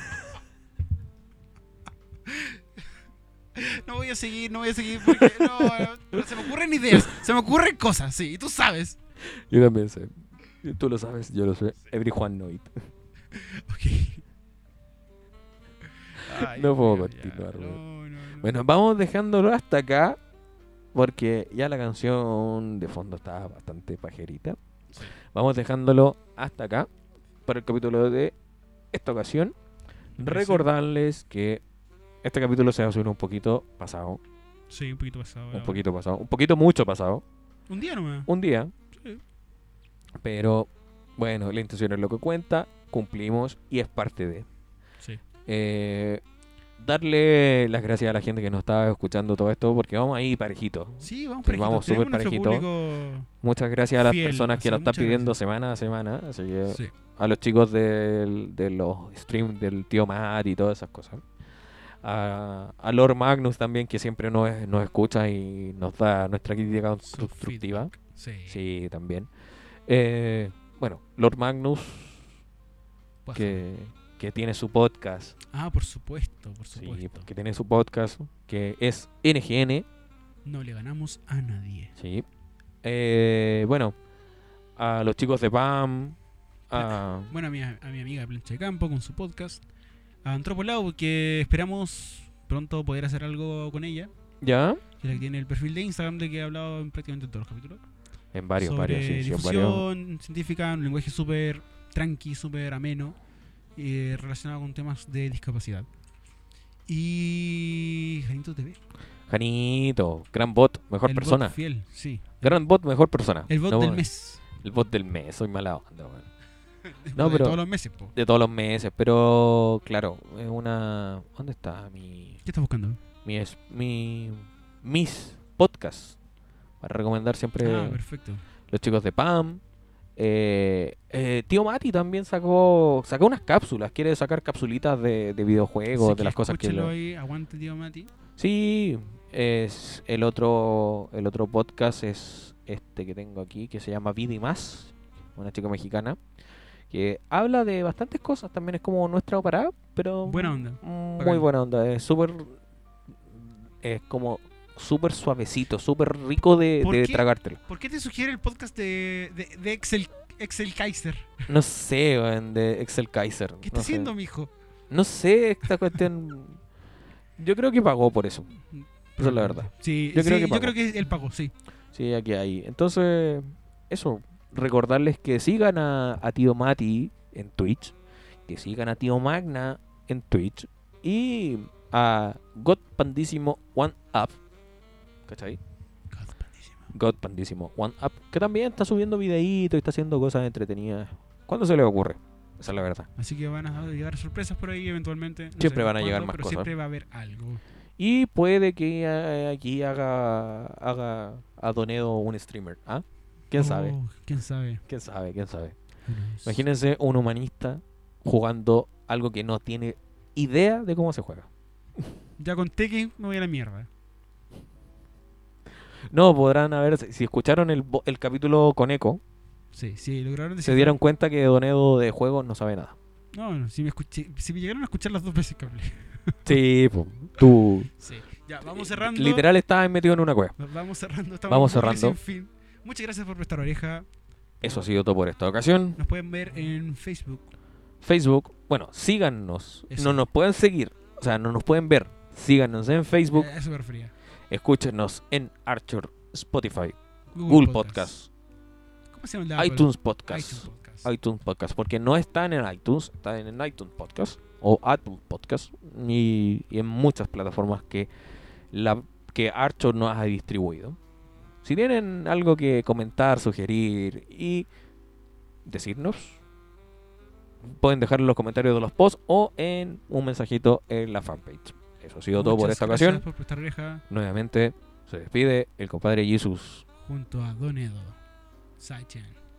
No voy a seguir, no voy a seguir porque no, no, se me ocurren ideas, se me ocurren cosas, sí, y tú sabes. Yo también sé. Tú lo sabes, yo lo sé. Everyone know it. Ok. Ay, No puedo Dios, ya, continuar, no, weón. no, no. Bueno, vamos dejándolo hasta acá. Porque ya la canción de fondo está bastante pajerita. Sí. Vamos dejándolo hasta acá. Para el capítulo de esta ocasión. Me parece. Recordarles que este capítulo se va a subir un poquito pasado. Sí, un poquito pasado. Un ahora. poquito pasado. Un poquito mucho pasado. Un día nomás. Un día. Sí. Pero bueno, la intención es lo que cuenta. Cumplimos y es parte de. Sí. Eh, darle las gracias a la gente que nos está escuchando todo esto. Porque vamos ahí parejitos. Sí, vamos Sí, parejitos. vamos Tenemos súper nuestro parejitos. público- Muchas gracias a las Fiel, personas que así lo que están muchas pidiendo gracias. semana a semana. Así que Sí. a los chicos del- de los streams del tío Matt y todas esas cosas. A, a Lord Magnus también, que siempre nos, nos escucha y nos da nuestra crítica Su constructiva. feedback. Sí. Sí, también. Eh, bueno, Lord Magnus, Pues, que, que tiene su podcast. Ah, por supuesto, por Sí, supuesto. que tiene su podcast, que es N G N. No le ganamos a nadie. Sí. Eh, bueno, a los chicos de P A M, a... Bueno, a mi, a mi amiga Plancha de Campo con su podcast. A Antropolau, que esperamos pronto poder hacer algo con ella. ¿Ya? Que es la que tiene el perfil de Instagram de que he hablado en prácticamente todos los capítulos. En varios, sobre varios, sí, sí, en varios. difusión científica, un lenguaje súper tranqui, súper ameno, eh, relacionado con temas de discapacidad. Y Janito T V. Janito, gran bot, mejor el persona. Bot fiel, sí. Gran bot, mejor persona. El bot No, del mes. El bot del mes, soy mala onda, weón. No, pero- de todos los meses, po. De todos los meses, pero claro, es una... ¿Dónde está mi... ¿Qué estás buscando? mi, es- mi mis podcasts? Para recomendar siempre Ah, perfecto. los chicos de P A M. Eh, eh, Tío Mati también sacó sacó unas cápsulas, quiere sacar capsulitas de, de videojuegos, Así de las cosas que... escúchelo le- ahí, aguante, tío Mati. Sí, es el otro el otro podcast es este que tengo aquí, que se llama Vida y Más, una chica mexicana que habla de bastantes cosas, también es como nuestra parada, pero Buena onda. mm, muy Bacán. buena onda, es súper es como súper suavecito, súper rico de, ¿Por de qué? tragártelo. ¿Por qué te sugiere el podcast de, de, de Excel, Excel Kaiser? No sé, weón, de Excel Kaiser. ¿Qué está no sé. haciendo, mijo? No sé, esta cuestión. Yo creo que pagó por eso. Esa es la verdad. Sí, Yo sí, creo que yo pagó. creo que él pagó, sí. Sí, aquí hay. Entonces, eso. Recordarles que sigan a, a Tío Mati en Twitch. Que sigan a Tío Magna en Twitch. Y a God Pandísimo One Up. ¿Cachai? God Pandísimo One Up. Que también está subiendo videitos y está haciendo cosas entretenidas. ¿Cuándo se le ocurre? Esa es la verdad. Así que van a llegar sorpresas por ahí eventualmente. No Siempre sé van a cuándo, llegar más pero cosas. siempre va a haber algo. Y puede que eh, aquí haga haga a Donedo un streamer. ¿Ah? ¿Quién sabe? Oh, ¿Quién sabe? ¿Quién sabe? ¿Quién sabe? Who knows? Imagínense un humanista jugando algo que no tiene idea de cómo se juega. Ya conté que me voy a la mierda. No, podrán haber, si escucharon el, bo- el capítulo con Eco, Sí, sí, lograron se descifrar. dieron cuenta que Donedo de juegos no sabe nada. No, no, si me, escuché, si me llegaron a escuchar las dos veces que hablé. Sí, po, tú Sí. Ya, vamos cerrando. literal estabas metido en una cueva. Vamos cerrando. Estamos Vamos en un bucle cerrando. sin fin. Muchas gracias por prestar oreja. Eso ha sido todo por esta ocasión. Nos pueden ver en Facebook. Facebook, bueno, síganos. Eso. No nos pueden seguir, o sea, no nos pueden ver. Síganos en Facebook, Eh, eso me refería. escúchenos en Archer, Spotify, Google Podcast, ¿Cómo se llama el de Apple? iTunes Podcast, iTunes Podcast. iTunes Podcast, porque no están en iTunes, están en iTunes Podcast o Apple Podcast y, y en muchas plataformas que la que Archer nos ha distribuido. Si tienen algo que comentar, sugerir y decirnos, pueden dejarlo en los comentarios de los posts o en un mensajito en la fanpage. Eso ha sido todo por Muchas esta gracias ocasión. por prestar oreja Nuevamente se despide el compadre Jesus. junto a Don Edo. Sai-chan.